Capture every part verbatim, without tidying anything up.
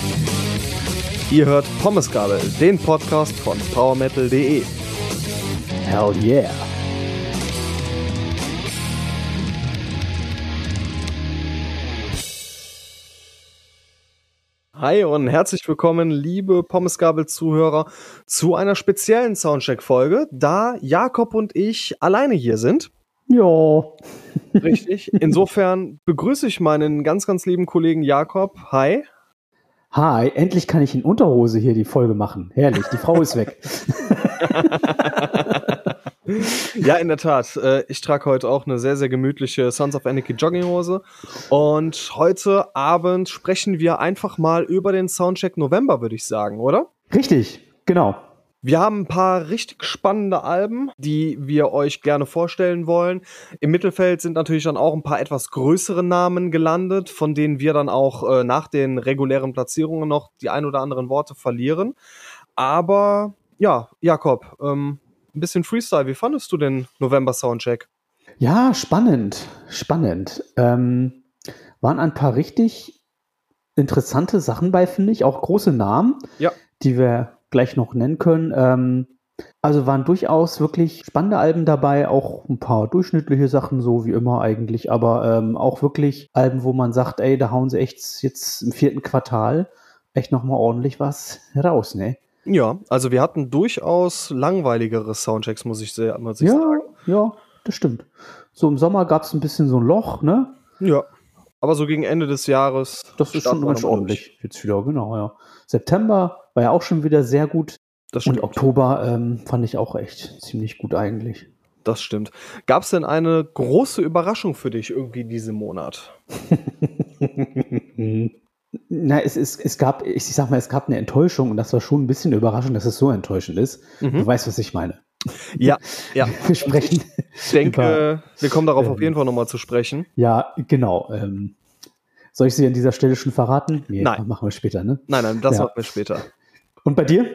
Ihr hört Pommesgabel, den Podcast von power metal punkt de. Hell yeah! Hi und herzlich willkommen, liebe Pommesgabel-Zuhörer, zu einer speziellen Soundcheck-Folge, da Jakob und ich alleine hier sind. Ja. Richtig. Insofern begrüße ich meinen ganz, ganz lieben Kollegen Jakob. Hi. Hi, endlich kann ich in Unterhose hier die Folge machen. Herrlich, die Frau ist weg. Ja, in der Tat. Ich trage heute auch eine sehr, sehr gemütliche Sons of Anarchy Jogginghose. Und heute Abend sprechen wir einfach mal über den Soundcheck November, würde ich sagen, oder? Richtig, genau. Wir haben ein paar richtig spannende Alben, die wir euch gerne vorstellen wollen. Im Mittelfeld sind natürlich dann auch ein paar etwas größere Namen gelandet, von denen wir dann auch äh, nach den regulären Platzierungen noch die ein oder anderen Worte verlieren. Aber ja, Jakob, ähm, ein bisschen Freestyle. Wie fandest du den November Soundcheck? Ja, spannend, spannend. Ähm, waren ein paar richtig interessante Sachen bei, finde ich. Auch große Namen, Ja. die wir gleich noch nennen können. Ähm, also waren durchaus wirklich spannende Alben dabei, auch ein paar durchschnittliche Sachen, so wie immer eigentlich, aber ähm, auch wirklich Alben, wo man sagt, ey, da hauen sie echt jetzt im vierten Quartal echt nochmal ordentlich was raus, ne? Ja, also wir hatten durchaus langweiligere Soundchecks, muss ich, sehr, muss ich ja, sagen. Ja, das stimmt. So im Sommer gab es ein bisschen so ein Loch, ne? Ja, aber so gegen Ende des Jahres. Das ist schon ganz ordentlich. Jetzt wieder, genau, ja. September war ja auch schon wieder sehr gut. Das stimmt. Und Oktober ähm, fand ich auch echt ziemlich gut eigentlich. Das stimmt. Gab es denn eine große Überraschung für dich irgendwie diesen Monat? Na, es, es, es gab, ich sag mal, es gab eine Enttäuschung und das war schon ein bisschen überraschend, dass es so enttäuschend ist. Mhm. Du weißt, was ich meine. Ja, ja. Wir sprechen. Ich denke, über, wir kommen darauf ähm, auf jeden Fall nochmal zu sprechen. Ja, genau. Ähm, soll ich sie an dieser Stelle schon verraten? Nee, nein. Machen wir später, ne? Nein, nein, das ja. machen wir später. Und bei dir?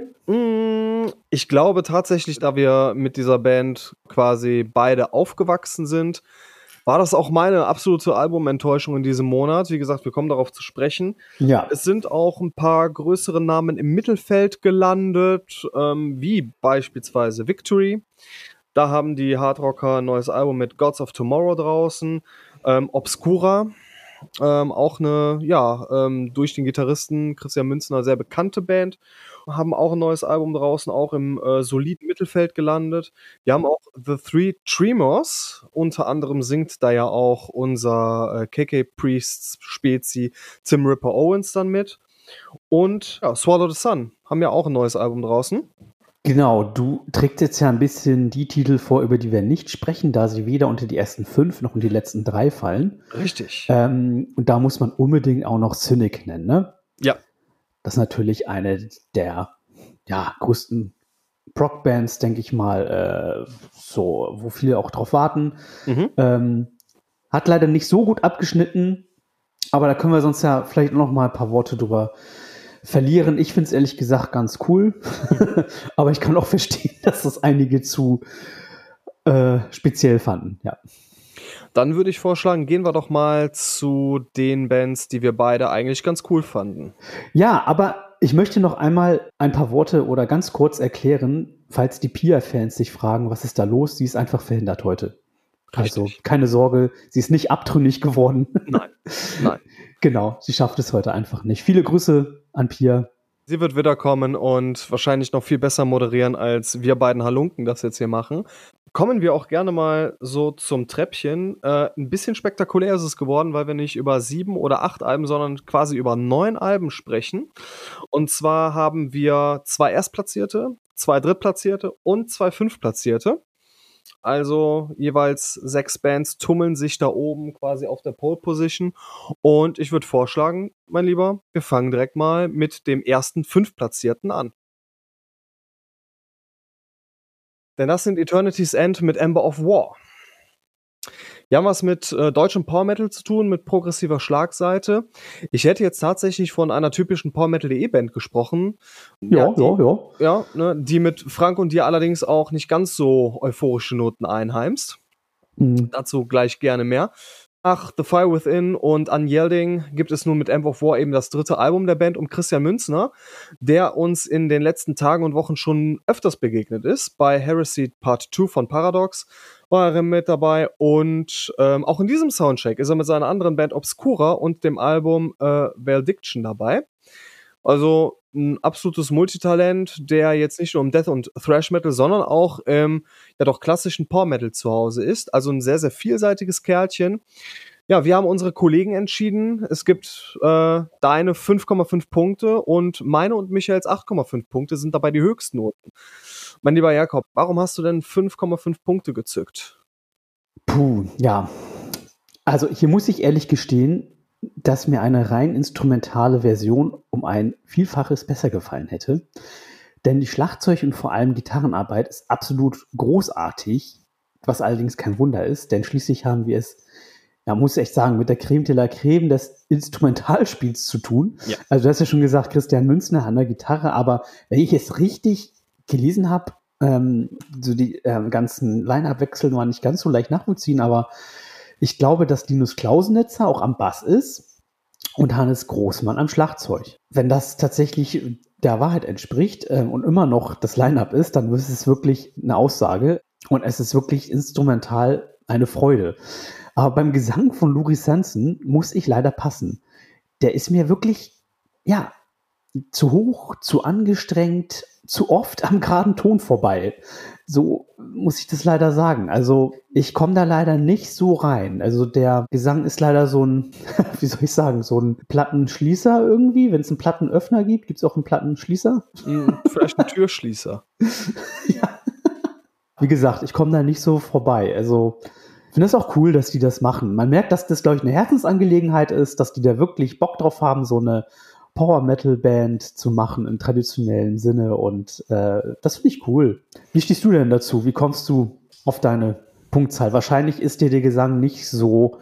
Ich glaube tatsächlich, da wir mit dieser Band quasi beide aufgewachsen sind, war das auch meine absolute Albumenttäuschung in diesem Monat. Wie gesagt, wir kommen darauf zu sprechen. Ja. Es sind auch ein paar größere Namen im Mittelfeld gelandet, ähm, wie beispielsweise Victory. Da haben die Hardrocker ein neues Album mit Gods of Tomorrow draußen. Ähm, Obscura, ähm, auch eine, ja, ähm, durch den Gitarristen Christian Münzner sehr bekannte Band. Haben auch ein neues Album draußen, auch im äh, soliden Mittelfeld gelandet. Wir haben auch The Three Tremors. Unter anderem singt da ja auch unser äh, K K Priests Spezi Tim Ripper Owens dann mit. Und ja, Swallow the Sun haben ja auch ein neues Album draußen. Genau, du trägst jetzt ja ein bisschen die Titel vor, über die wir nicht sprechen, da sie weder unter die ersten fünf noch unter die letzten drei fallen. Richtig. Ähm, und da muss man unbedingt auch noch Cynic nennen, ne? Ja. Das ist natürlich eine der ja, größten Prog-Bands, denke ich mal, äh, so, wo viele auch drauf warten. Mhm. Ähm, hat leider nicht so gut abgeschnitten, aber da können wir sonst ja vielleicht noch mal ein paar Worte drüber verlieren. Ich finde es ehrlich gesagt ganz cool, aber ich kann auch verstehen, dass das einige zu äh, speziell fanden, ja. Dann würde ich vorschlagen, gehen wir doch mal zu den Bands, die wir beide eigentlich ganz cool fanden. Ja, aber ich möchte noch einmal ein paar Worte oder ganz kurz erklären, falls die Pia-Fans sich fragen, was ist da los? Sie ist einfach verhindert heute. Richtig. Also keine Sorge, sie ist nicht abtrünnig geworden. Nein, nein. Genau, sie schafft es heute einfach nicht. Viele Grüße an Pia. Sie wird wiederkommen und wahrscheinlich noch viel besser moderieren, als wir beiden Halunken das jetzt hier machen. Kommen wir auch gerne mal so zum Treppchen. Äh, ein bisschen spektakulär ist es geworden, weil wir nicht über sieben oder acht Alben, sondern quasi über neun Alben sprechen. Und zwar haben wir zwei Erstplatzierte, zwei Drittplatzierte und zwei Fünftplatzierte. Also jeweils sechs Bands tummeln sich da oben quasi auf der Pole Position. Und ich würde vorschlagen, mein Lieber, wir fangen direkt mal mit dem ersten Fünftplatzierten an. Denn das sind Eternity's End mit Ember of War. Wir haben was mit äh, deutschem Power Metal zu tun, mit progressiver Schlagseite. Ich hätte jetzt tatsächlich von einer typischen Power Metal punkt de Band gesprochen. Ja, ja, die, ja. Ja, ja ne, die mit Frank und dir allerdings auch nicht ganz so euphorische Noten einheimst. Mhm. Dazu gleich gerne mehr. Nach The Fire Within und Unyielding gibt es nun mit Amp of War eben das dritte Album der Band um Christian Münzner, der uns in den letzten Tagen und Wochen schon öfters begegnet ist. Bei Heresy Part zwei von Paradox war er mit dabei und ähm, auch in diesem Soundcheck ist er mit seiner anderen Band Obscura und dem Album äh, Valediction dabei. Also ein absolutes Multitalent, der jetzt nicht nur im Death- und Thrash-Metal, sondern auch im ja doch klassischen Power-Metal zu Hause ist. Also ein sehr, sehr vielseitiges Kerlchen. Ja, wir haben unsere Kollegen entschieden. Es gibt äh, deine fünf Komma fünf Punkte und meine und Michaels acht Komma fünf Punkte sind dabei die höchsten Noten. Mein lieber Jakob, warum hast du denn fünf Komma fünf Punkte gezückt? Puh, ja. Also hier muss ich ehrlich gestehen, dass mir eine rein instrumentale Version um ein Vielfaches besser gefallen hätte. Denn die Schlagzeug- und vor allem Gitarrenarbeit ist absolut großartig, was allerdings kein Wunder ist, denn schließlich haben wir es, ja, muss ich echt sagen, mit der Creme de la Creme des Instrumentalspiels zu tun. Ja. Also du hast ja schon gesagt, Christian Münzner an der Gitarre, aber wenn ich es richtig gelesen habe, ähm, so die äh, ganzen Line-Up-Wechsel waren nicht ganz so leicht nachvollziehen, aber ich glaube, dass Linus Clausenetzer auch am Bass ist und Hannes Großmann am Schlagzeug. Wenn das tatsächlich der Wahrheit entspricht ähm, und immer noch das Line-Up ist, dann ist es wirklich eine Aussage und es ist wirklich instrumental eine Freude. Aber beim Gesang von Luri Sanson muss ich leider passen. Der ist mir wirklich, ja, zu hoch, zu angestrengt, zu oft am geraden Ton vorbei. So muss ich das leider sagen. Also ich komme da leider nicht so rein. Also der Gesang ist leider so ein, wie soll ich sagen, so ein Plattenschließer irgendwie. Wenn es einen Plattenöffner gibt, gibt es auch einen Plattenschließer. Mm, vielleicht einen Türschließer. Ja. Wie gesagt, ich komme da nicht so vorbei. Also ich finde es auch cool, dass die das machen. Man merkt, dass das, glaube ich, eine Herzensangelegenheit ist, dass die da wirklich Bock drauf haben, so eine Power-Metal-Band zu machen im traditionellen Sinne und äh, das finde ich cool. Wie stehst du denn dazu? Wie kommst du auf deine Punktzahl? Wahrscheinlich ist dir der Gesang nicht so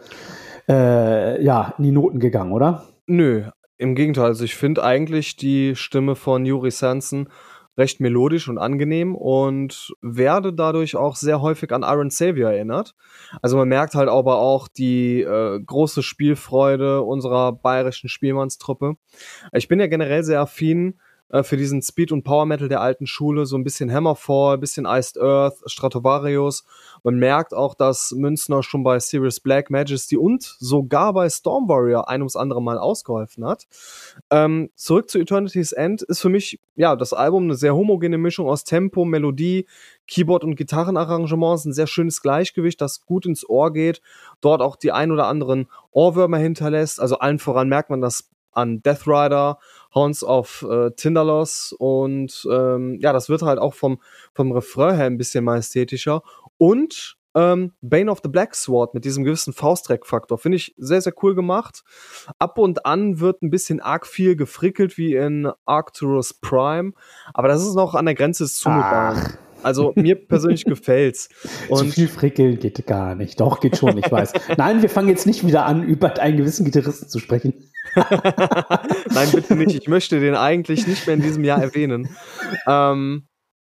äh, ja, in die Noten gegangen, oder? Nö, im Gegenteil. Also ich finde eigentlich die Stimme von Luri Sanson recht melodisch und angenehm und werde dadurch auch sehr häufig an Iron Savior erinnert. Also man merkt halt aber auch die äh, große Spielfreude unserer bayerischen Spielmannstruppe. Ich bin ja generell sehr affin äh, für diesen Speed- und Power-Metal der alten Schule, so ein bisschen Hammerfall, ein bisschen Iced Earth, Stratovarius. Man merkt auch, dass Münzner schon bei Sirius Black, Majesty und sogar bei Storm Warrior ein ums andere Mal ausgeholfen hat. Ähm, zurück zu Eternity's End ist für mich, ja, das Album eine sehr homogene Mischung aus Tempo, Melodie, Keyboard- und Gitarrenarrangements, ein sehr schönes Gleichgewicht, das gut ins Ohr geht, dort auch die ein oder anderen Ohrwürmer hinterlässt. Also allen voran merkt man das an Death Rider, Hounds of äh, Tindalos und ähm, ja, das wird halt auch vom, vom Refrain her ein bisschen majestätischer und ähm, Bane of the Black Sword mit diesem gewissen Faustreck-Faktor finde ich sehr, sehr cool gemacht. Ab und an wird ein bisschen arg viel gefrickelt wie in Arcturus Prime, aber das ist noch an der Grenze des Zumutbaren. Also mir persönlich gefällt's. Und zu viel Frickeln geht gar nicht. Doch, geht schon, ich weiß. Nein, wir fangen jetzt nicht wieder an, über einen gewissen Gitarristen zu sprechen. Nein, bitte nicht. Ich möchte den eigentlich nicht mehr in diesem Jahr erwähnen. Ähm,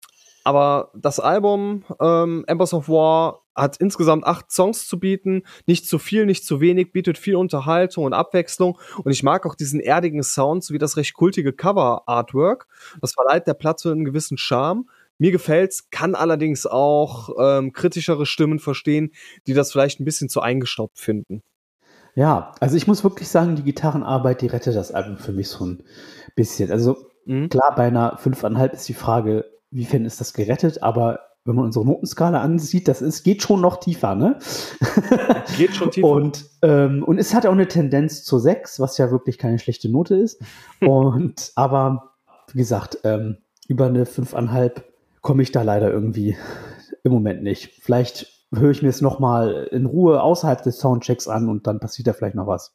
aber das Album ähm, Embers of War hat insgesamt acht Songs zu bieten. Nicht zu viel, nicht zu wenig, bietet viel Unterhaltung und Abwechslung. Und ich mag auch diesen erdigen Sound sowie das recht kultige Cover-Artwork. Das verleiht der Platte einen gewissen Charme. Mir gefällt's, kann allerdings auch ähm, kritischere Stimmen verstehen, die das vielleicht ein bisschen zu eingestaubt finden. Ja, also ich muss wirklich sagen, die Gitarrenarbeit, die rettet das Album für mich so ein bisschen. Also mhm. klar, bei einer fünf Komma fünf ist die Frage, wiefern ist das gerettet, aber wenn man unsere Notenskala ansieht, das ist, geht schon noch tiefer, ne? Geht schon tiefer. Und, ähm, und es hat auch eine Tendenz zur sechs, was ja wirklich keine schlechte Note ist. Und aber, wie gesagt, ähm, über eine fünf Komma fünf komme ich da leider irgendwie im Moment nicht. Vielleicht höre ich mir es nochmal in Ruhe außerhalb des Soundchecks an und dann passiert da vielleicht noch was.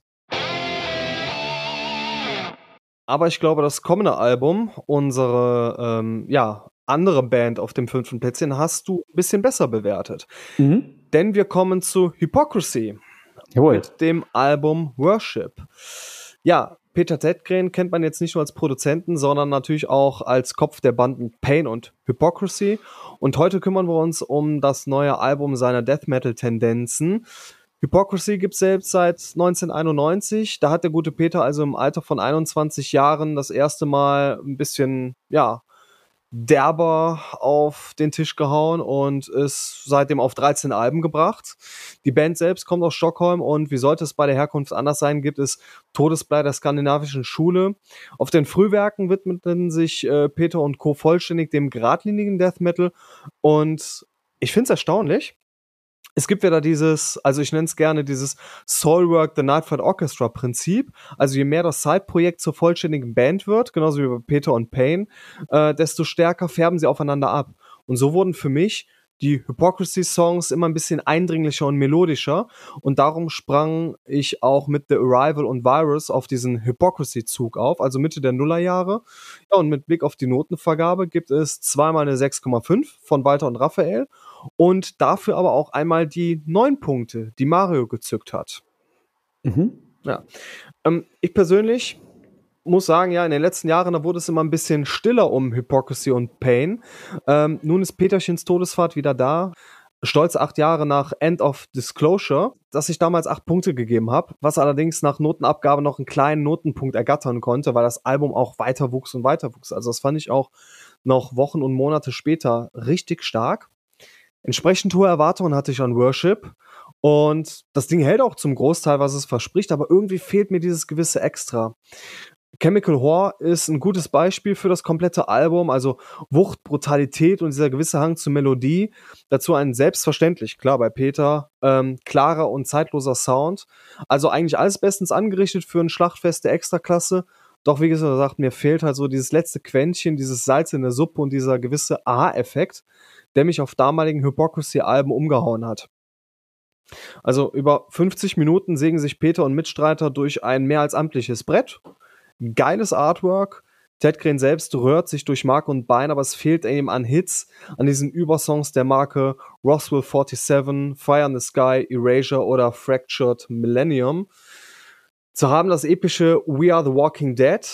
Aber ich glaube, das kommende Album, unsere ähm, ja, andere Band auf dem fünften Plätzchen, hast du ein bisschen besser bewertet. Mhm. Denn wir kommen zu Hypocrisy. Jawohl. Mit dem Album Worship. Ja, Peter Tägtgren kennt man jetzt nicht nur als Produzenten, sondern natürlich auch als Kopf der Banden Pain und Hypocrisy. Und heute kümmern wir uns um das neue Album seiner Death Metal Tendenzen, Hypocrisy gibt es selbst seit neunzehnhunderteinundneunzig. Da hat der gute Peter also im Alter von einundzwanzig Jahren das erste Mal ein bisschen, ja, derber auf den Tisch gehauen und ist seitdem auf dreizehn Alben gebracht. Die Band selbst kommt aus Stockholm und wie sollte es bei der Herkunft anders sein, gibt es Todesblei der skandinavischen Schule. Auf den Frühwerken widmeten sich äh, Peter und Co. vollständig dem geradlinigen Death Metal und ich finde es erstaunlich. Es gibt wieder dieses, also ich nenne es gerne dieses Soulwork The Nightflight Orchestra Prinzip. Also je mehr das Side-Projekt zur vollständigen Band wird, genauso wie bei Peter und Pain, äh, desto stärker färben sie aufeinander ab. Und so wurden für mich die Hypocrisy-Songs immer ein bisschen eindringlicher und melodischer. Und darum sprang ich auch mit The Arrival und Virus auf diesen Hypocrisy-Zug auf, also Mitte der Nullerjahre. Ja, und mit Blick auf die Notenvergabe gibt es zweimal eine sechs Komma fünf von Walter und Raphael. Und dafür aber auch einmal die neun Punkte, die Mario gezückt hat. Mhm. Ja. Ähm, ich persönlich muss sagen, ja, in den letzten Jahren, da wurde es immer ein bisschen stiller um Hypocrisy und Pain. Ähm, nun ist Peterchens Todesfahrt wieder da. Stolze acht Jahre nach End of Disclosure, dass ich damals acht Punkte gegeben habe, was allerdings nach Notenabgabe noch einen kleinen Notenpunkt ergattern konnte, weil das Album auch weiter wuchs und weiter wuchs. Also das fand ich auch noch Wochen und Monate später richtig stark. Entsprechend hohe Erwartungen hatte ich an Worship und das Ding hält auch zum Großteil, was es verspricht, aber irgendwie fehlt mir dieses gewisse Extra. Chemical Whore ist ein gutes Beispiel für das komplette Album, also Wucht, Brutalität und dieser gewisse Hang zur Melodie. Dazu ein selbstverständlich, klar bei Peter, ähm, klarer und zeitloser Sound. Also eigentlich alles bestens angerichtet für ein Schlachtfest der Extraklasse. Doch wie gesagt, mir fehlt halt so dieses letzte Quäntchen, dieses Salz in der Suppe und dieser gewisse Aha-Effekt, der mich auf damaligen Hypocrisy-Alben umgehauen hat. Also über fünfzig Minuten sägen sich Peter und Mitstreiter durch ein mehr als amtliches Brett. Geiles Artwork. Ted Kren selbst rührt sich durch Mark und Bein, aber es fehlt ihm an Hits, an diesen Übersongs der Marke Roswell siebenundvierzig, Fire in the Sky, Erasure oder Fractured Millennium. Zu haben das epische We Are the Walking Dead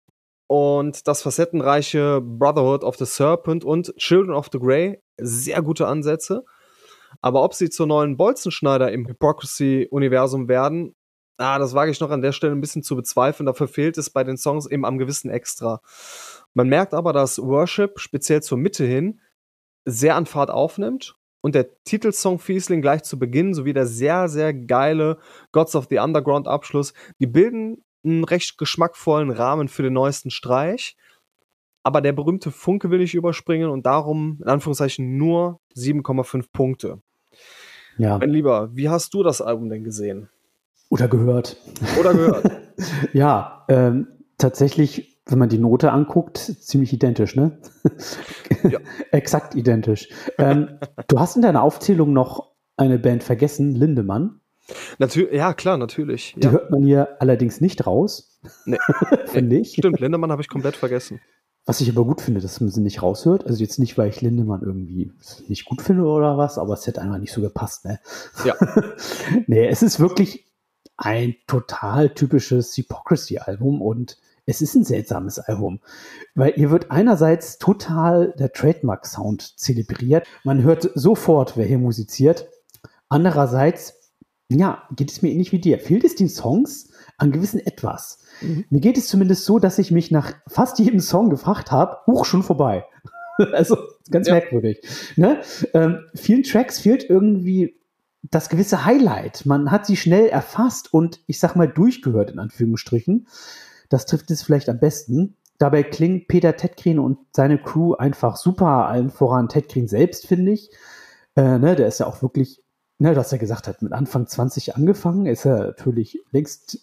und das facettenreiche Brotherhood of the Serpent und Children of the Grey, sehr gute Ansätze. Aber ob sie zur neuen Bolzenschneider im Hypocrisy-Universum werden, ah, das wage ich noch an der Stelle ein bisschen zu bezweifeln. Dafür fehlt es bei den Songs eben am gewissen Extra. Man merkt aber, dass Worship speziell zur Mitte hin sehr an Fahrt aufnimmt und der Titelsong Fiesling gleich zu Beginn sowie der sehr, sehr geile Gods of the Underground Abschluss, die bilden einen recht geschmackvollen Rahmen für den neuesten Streich. Aber der berühmte Funke will ich überspringen und darum, in Anführungszeichen, nur sieben Komma fünf Punkte. Ja. Mein Lieber, wie hast du das Album denn gesehen? Oder gehört. Oder gehört. Ja, ähm, tatsächlich, wenn man die Note anguckt, ziemlich identisch, ne? Ja. Exakt identisch. ähm, du hast in deiner Aufzählung noch eine Band vergessen, Lindemann. Natürlich, ja, klar, natürlich. Die ja. hört man hier allerdings nicht raus. Nee. Finde ich. Stimmt, Lindemann habe ich komplett vergessen. Was ich aber gut finde, dass man sie nicht raushört. Also jetzt nicht, weil ich Lindemann irgendwie nicht gut finde oder was, aber es hätte einfach nicht so gepasst, ne? Ja. Nee, es ist wirklich ein total typisches Hypocrisy-Album und es ist ein seltsames Album, weil hier wird einerseits total der Trademark-Sound zelebriert. Man hört sofort, wer hier musiziert. Andererseits, ja, geht es mir ähnlich wie dir. Fehlt es den Songs an gewissen Etwas? Mhm. Mir geht es zumindest so, dass ich mich nach fast jedem Song gefragt habe, huch, schon vorbei. Also ganz ja. merkwürdig. Ne? Ähm, vielen Tracks fehlt irgendwie das gewisse Highlight. Man hat sie schnell erfasst und ich sag mal durchgehört in Anführungsstrichen. Das trifft es vielleicht am besten. Dabei klingt Peter Tedgren und seine Crew einfach super, allen voran Tedgren selbst, finde ich. Äh, ne, der ist ja auch wirklich, ne, was er gesagt hat, mit Anfang zwanzig angefangen, ist er natürlich längst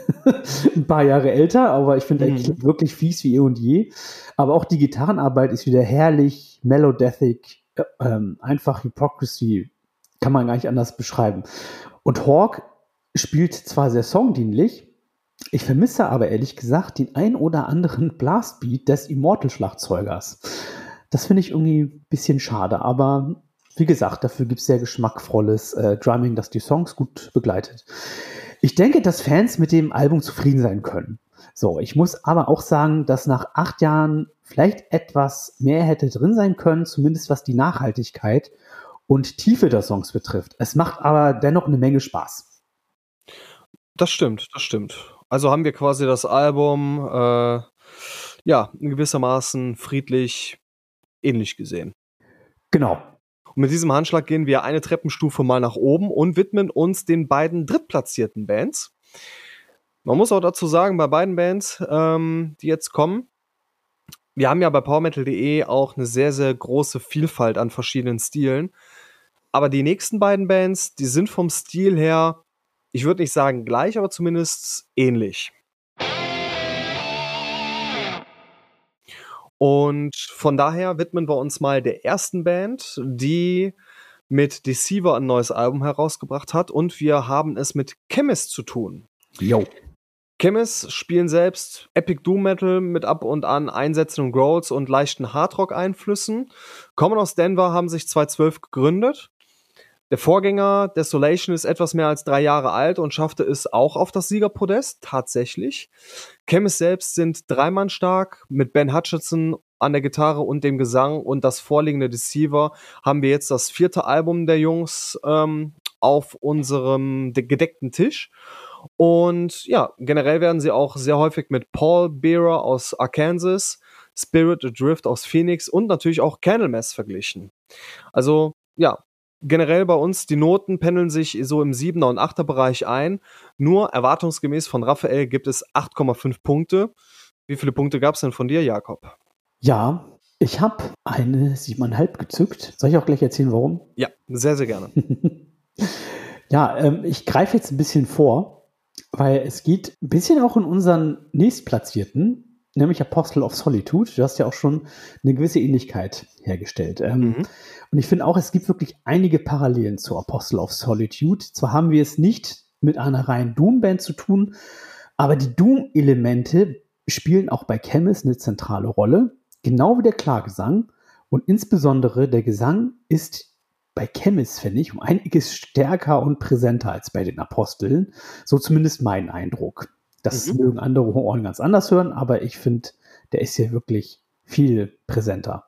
ein paar Jahre älter, aber ich finde, er klingt wirklich fies wie eh und je. Aber auch die Gitarrenarbeit ist wieder herrlich, melodethic, äh, ähm, einfach Hypocrisy, kann man gar nicht anders beschreiben. Und Hawk spielt zwar sehr songdienlich, ich vermisse aber ehrlich gesagt den ein oder anderen Blastbeat des Immortal-Schlagzeugers. Das finde ich irgendwie ein bisschen schade, aber wie gesagt, dafür gibt es sehr geschmackvolles äh, Drumming, das die Songs gut begleitet. Ich denke, dass Fans mit dem Album zufrieden sein können. So, ich muss aber auch sagen, dass nach acht Jahren vielleicht etwas mehr hätte drin sein können, zumindest was die Nachhaltigkeit und Tiefe der Songs betrifft. Es macht aber dennoch eine Menge Spaß. Das stimmt, das stimmt. Also haben wir quasi das Album äh, ja in gewissermaßen friedlich ähnlich gesehen. Genau. Und mit diesem Handschlag gehen wir eine Treppenstufe mal nach oben und widmen uns den beiden drittplatzierten Bands. Man muss auch dazu sagen, bei beiden Bands, ähm, die jetzt kommen, wir haben ja bei powermetal punkt de auch eine sehr, sehr große Vielfalt an verschiedenen Stilen. Aber die nächsten beiden Bands, die sind vom Stil her, ich würde nicht sagen gleich, aber zumindest ähnlich. Und von daher widmen wir uns mal der ersten Band, die mit Deceiver ein neues Album herausgebracht hat. Und wir haben es mit Chemist zu tun. Jo. Chemist spielen selbst Epic Doom Metal mit ab und an Einsätzen und Growls und leichten Hardrock-Einflüssen. Kommen aus Denver, haben sich zweitausendzwölf gegründet. Der Vorgänger Desolation ist etwas mehr als drei Jahre alt und schaffte es auch auf das Siegerpodest, tatsächlich. Chemist selbst sind dreimann stark, mit Ben Hutchinson an der Gitarre und dem Gesang und das vorliegende Deceiver haben wir jetzt das vierte Album der Jungs ähm, auf unserem de- gedeckten Tisch. Und ja, generell werden sie auch sehr häufig mit Paul Bearer aus Arkansas, Spirit Adrift aus Phoenix und natürlich auch Candlemass verglichen. Also ja, generell bei uns, die Noten pendeln sich so im Siebener- und Achter-Bereich ein. Nur erwartungsgemäß von Raphael gibt es acht Komma fünf Punkte. Wie viele Punkte gab es denn von dir, Jakob? Ja, ich habe eine siebeneinhalb gezückt. Soll ich auch gleich erzählen, warum? Ja, sehr, sehr gerne. Ja, ähm, ich greife jetzt ein bisschen vor, weil es geht ein bisschen auch in unseren nächstplatzierten, nämlich Apostle of Solitude. Du hast ja auch schon eine gewisse Ähnlichkeit hergestellt. Ähm, Mhm. Und ich finde auch, es gibt wirklich einige Parallelen zu Apostle of Solitude. Zwar haben wir es nicht mit einer reinen Doom-Band zu tun, aber die Doom-Elemente spielen auch bei Chemist eine zentrale Rolle, genau wie der Klagesang. Und insbesondere der Gesang ist bei Chemist, finde ich, um einiges stärker und präsenter als bei den Aposteln. So zumindest mein Eindruck. Das Mhm. mögen andere Ohren ganz anders hören, aber ich finde, der ist hier wirklich viel präsenter.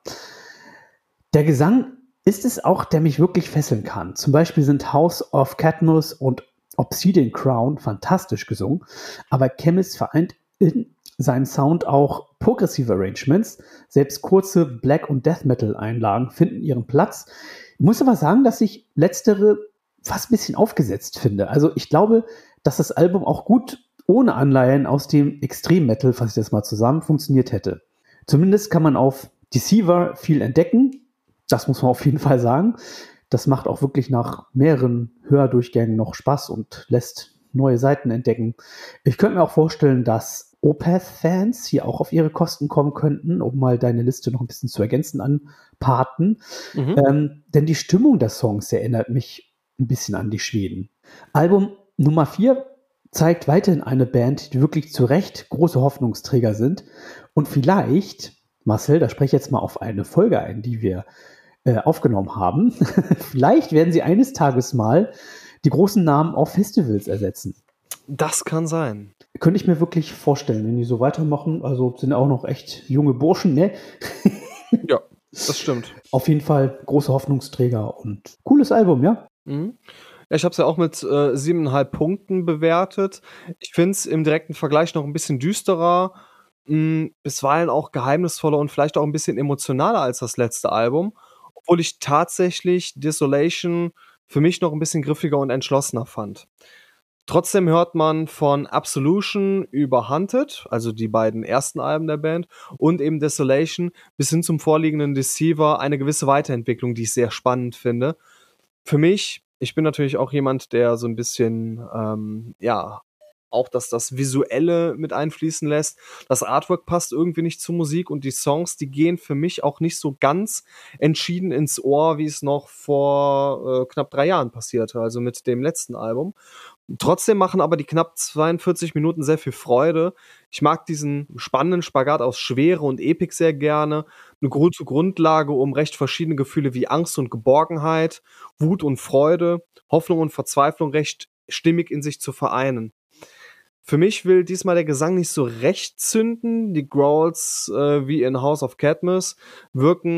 Der Gesang ist es auch, der mich wirklich fesseln kann. Zum Beispiel sind House of Cadmus und Obsidian Crown fantastisch gesungen, aber Chemist vereint in seinem Sound auch progressive Arrangements. Selbst kurze Black- und Death Metal-Einlagen finden ihren Platz. Ich muss aber sagen, dass ich letztere fast ein bisschen aufgesetzt finde. Also ich glaube, dass das Album auch gut ohne Anleihen aus dem Extrem-Metal, fasse ich das mal zusammen, funktioniert hätte. Zumindest kann man auf Deceiver viel entdecken. Das muss man auf jeden Fall sagen. Das macht auch wirklich nach mehreren Hördurchgängen noch Spaß und lässt neue Seiten entdecken. Ich könnte mir auch vorstellen, dass Opeth-Fans hier auch auf ihre Kosten kommen könnten, um mal deine Liste noch ein bisschen zu ergänzen an Paten. Mhm. Ähm, denn die Stimmung der Songs erinnert mich ein bisschen an die Schweden. Album Nummer vier zeigt weiterhin eine Band, die wirklich zu Recht große Hoffnungsträger sind. Und vielleicht, Marcel, da spreche ich jetzt mal auf eine Folge ein, die wir äh, aufgenommen haben. Vielleicht werden sie eines Tages mal die großen Namen auf Festivals ersetzen. Das kann sein. Könnte ich mir wirklich vorstellen, wenn die so weitermachen. Also sind auch noch echt junge Burschen, ne? Ja, das stimmt. Auf jeden Fall große Hoffnungsträger und cooles Album, ja? Mhm. Ja, ich habe es ja auch mit äh, siebeneinhalb Punkten bewertet. Ich finde es im direkten Vergleich noch ein bisschen düsterer, mh, bisweilen auch geheimnisvoller und vielleicht auch ein bisschen emotionaler als das letzte Album. Obwohl ich tatsächlich Desolation für mich noch ein bisschen griffiger und entschlossener fand. Trotzdem hört man von Absolution über Hunted, also die beiden ersten Alben der Band, und eben Desolation bis hin zum vorliegenden Deceiver eine gewisse Weiterentwicklung, die ich sehr spannend finde. Für mich, ich bin natürlich auch jemand, der so ein bisschen, ähm, ja, auch dass das Visuelle mit einfließen lässt. Das Artwork passt irgendwie nicht zur Musik und die Songs, die gehen für mich auch nicht so ganz entschieden ins Ohr, wie es noch vor äh, knapp drei Jahren passierte, also mit dem letzten Album. Trotzdem machen aber die knapp zweiundvierzig Minuten sehr viel Freude. Ich mag diesen spannenden Spagat aus Schwere und Epik sehr gerne. Eine gute Grundlage, um recht verschiedene Gefühle wie Angst und Geborgenheit, Wut und Freude, Hoffnung und Verzweiflung recht stimmig in sich zu vereinen. Für mich will diesmal der Gesang nicht so recht zünden. Die Growls, äh, wie in House of Cadmus, wirken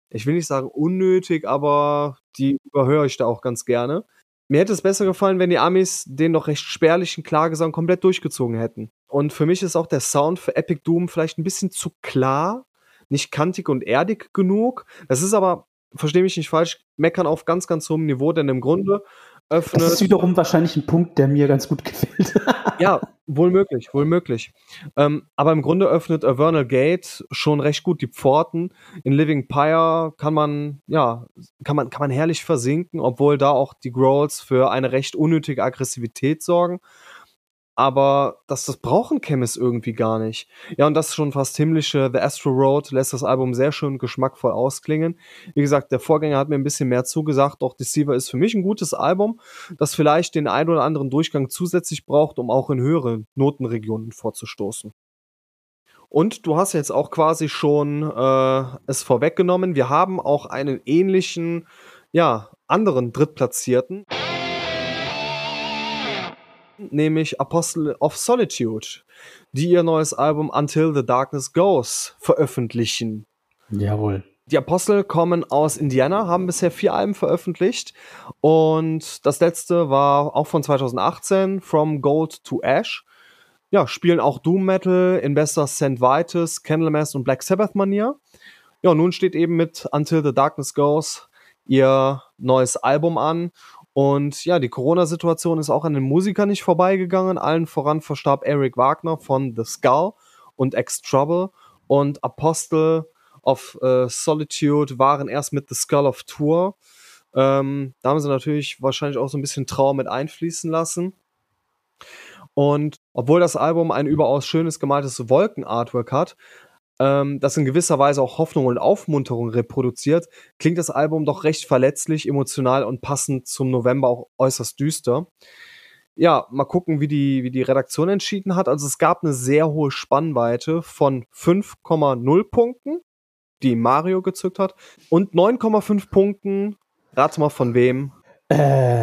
ich will nicht sagen unnötig, aber die überhöre ich da auch ganz gerne. Mir hätte es besser gefallen, wenn die Amis den noch recht spärlichen Klagesang komplett durchgezogen hätten. Und für mich ist auch der Sound für Epic Doom vielleicht ein bisschen zu klar, nicht kantig und erdig genug. Das ist aber, verstehe mich nicht falsch, meckern auf ganz, ganz hohem Niveau, denn im Grunde öffnet... Das ist wiederum wahrscheinlich ein Punkt, der mir ganz gut gefällt. Ja, wohl möglich, wohl möglich. Ähm, aber im Grunde öffnet Avernal Gate schon recht gut die Pforten. In Living Pyre kann man, ja, kann man, kann man herrlich versinken, obwohl da auch die Growls für eine recht unnötige Aggressivität sorgen. Aber das, das brauchen Chemist irgendwie gar nicht. Ja, und das schon fast himmlische The Astro Road lässt das Album sehr schön geschmackvoll ausklingen. Wie gesagt, der Vorgänger hat mir ein bisschen mehr zugesagt, doch Deceiver ist für mich ein gutes Album, das vielleicht den ein oder anderen Durchgang zusätzlich braucht, um auch in höhere Notenregionen vorzustoßen. Und du hast jetzt auch quasi schon äh, es vorweggenommen, wir haben auch einen ähnlichen, ja, anderen Drittplatzierten, nämlich Apostle of Solitude, die ihr neues Album Until the Darkness Goes veröffentlichen. Jawohl. Die Apostel kommen aus Indiana, haben bisher vier Alben veröffentlicht und das letzte war auch von zwanzig achtzehn, From Gold to Ash. Ja, spielen auch Doom Metal in bester Saint Vitus, Candlemass und Black Sabbath Manier. Ja, nun steht eben mit Until the Darkness Goes ihr neues Album an. Und ja, die Corona-Situation ist auch an den Musikern nicht vorbeigegangen. Allen voran verstarb Eric Wagner von The Skull und Ex-Trouble. Und Apostle of äh, Solitude waren erst mit The Skull of Tour. Ähm, da haben sie natürlich wahrscheinlich auch so ein bisschen Trauer mit einfließen lassen. Und obwohl das Album ein überaus schönes gemaltes Wolken-Artwork hat, ähm, das in gewisser Weise auch Hoffnung und Aufmunterung reproduziert, klingt das Album doch recht verletzlich, emotional und passend zum November auch äußerst düster. Ja, mal gucken, wie die, wie die Redaktion entschieden hat. Also es gab eine sehr hohe Spannweite von fünf Komma null Punkten, die Mario gezückt hat, und neun Komma fünf Punkten, rate mal von wem. Äh,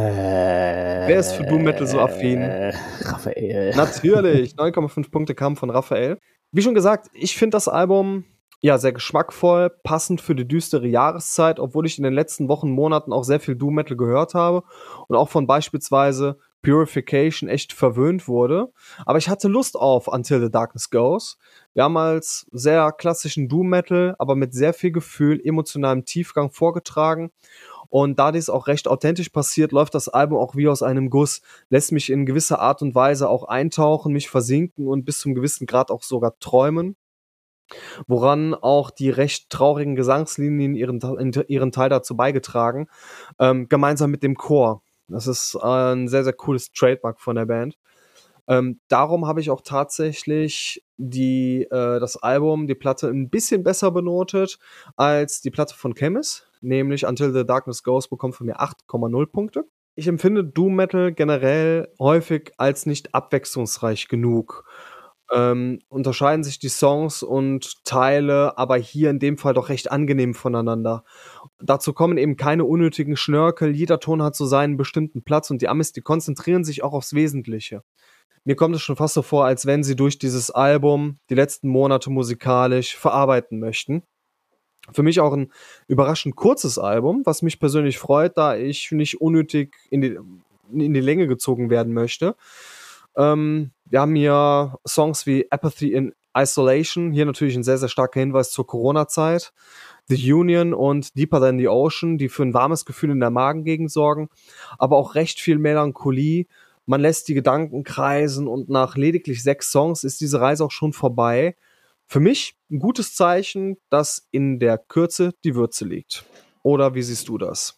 Wer ist für Doom Metal so affin? Raphael. Natürlich, neun Komma fünf Punkte kamen von Raphael. Wie schon gesagt, ich finde das Album ja sehr geschmackvoll, passend für die düstere Jahreszeit, obwohl ich in den letzten Wochen, Monaten auch sehr viel Doom Metal gehört habe und auch von beispielsweise Purification echt verwöhnt wurde. Aber ich hatte Lust auf Until the Darkness Goes. Wir haben als sehr klassischen Doom Metal, aber mit sehr viel Gefühl, emotionalem Tiefgang vorgetragen. Und da dies auch recht authentisch passiert, läuft das Album auch wie aus einem Guss, lässt mich in gewisser Art und Weise auch eintauchen, mich versinken und bis zum gewissen Grad auch sogar träumen. Woran auch die recht traurigen Gesangslinien ihren, ihren Teil dazu beigetragen, ähm, gemeinsam mit dem Chor. Das ist ein sehr, sehr cooles Trademark von der Band. Ähm, darum habe ich auch tatsächlich die, äh, das Album, die Platte ein bisschen besser benotet als die Platte von Chemist, nämlich Until the Darkness Goes bekommt von mir acht Komma null Punkte. Ich empfinde Doom Metal generell häufig als nicht abwechslungsreich genug. Ähm, unterscheiden sich die Songs und Teile, aber hier in dem Fall doch recht angenehm voneinander. Dazu kommen eben keine unnötigen Schnörkel, jeder Ton hat so seinen bestimmten Platz und die Amis, die konzentrieren sich auch aufs Wesentliche. Mir kommt es schon fast so vor, als wenn sie durch dieses Album die letzten Monate musikalisch verarbeiten möchten. Für mich auch ein überraschend kurzes Album, was mich persönlich freut, da ich nicht unnötig in die, in die Länge gezogen werden möchte. Ähm, wir haben hier Songs wie Apathy in Isolation, hier natürlich ein sehr, sehr starker Hinweis zur Corona-Zeit. The Union und Deeper Than the Ocean, die für ein warmes Gefühl in der Magengegend sorgen, aber auch recht viel Melancholie. Man lässt die Gedanken kreisen und nach lediglich sechs Songs ist diese Reise auch schon vorbei. Für mich ein gutes Zeichen, dass in der Kürze die Würze liegt. Oder wie siehst du das?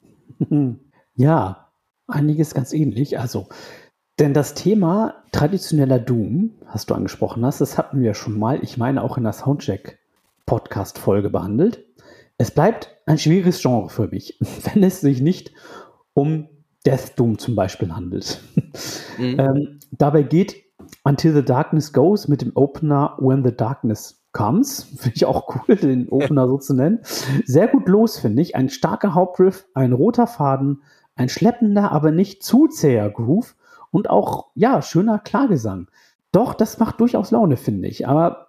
Ja, einiges ganz ähnlich. Also, denn das Thema traditioneller Doom, hast du angesprochen hast, das hatten wir schon mal, ich meine auch in der Soundcheck-Podcast-Folge behandelt. Es bleibt ein schwieriges Genre für mich, wenn es sich nicht um Death Doom zum Beispiel handelt. Mhm. ähm, dabei geht Until the Darkness Goes mit dem Opener When the Darkness Comes, finde ich auch cool, den Opener so zu nennen, sehr gut los, finde ich. Ein starker Hauptriff, ein roter Faden, ein schleppender, aber nicht zu zäher Groove und auch, ja, schöner Klagesang. Doch, das macht durchaus Laune, finde ich. Aber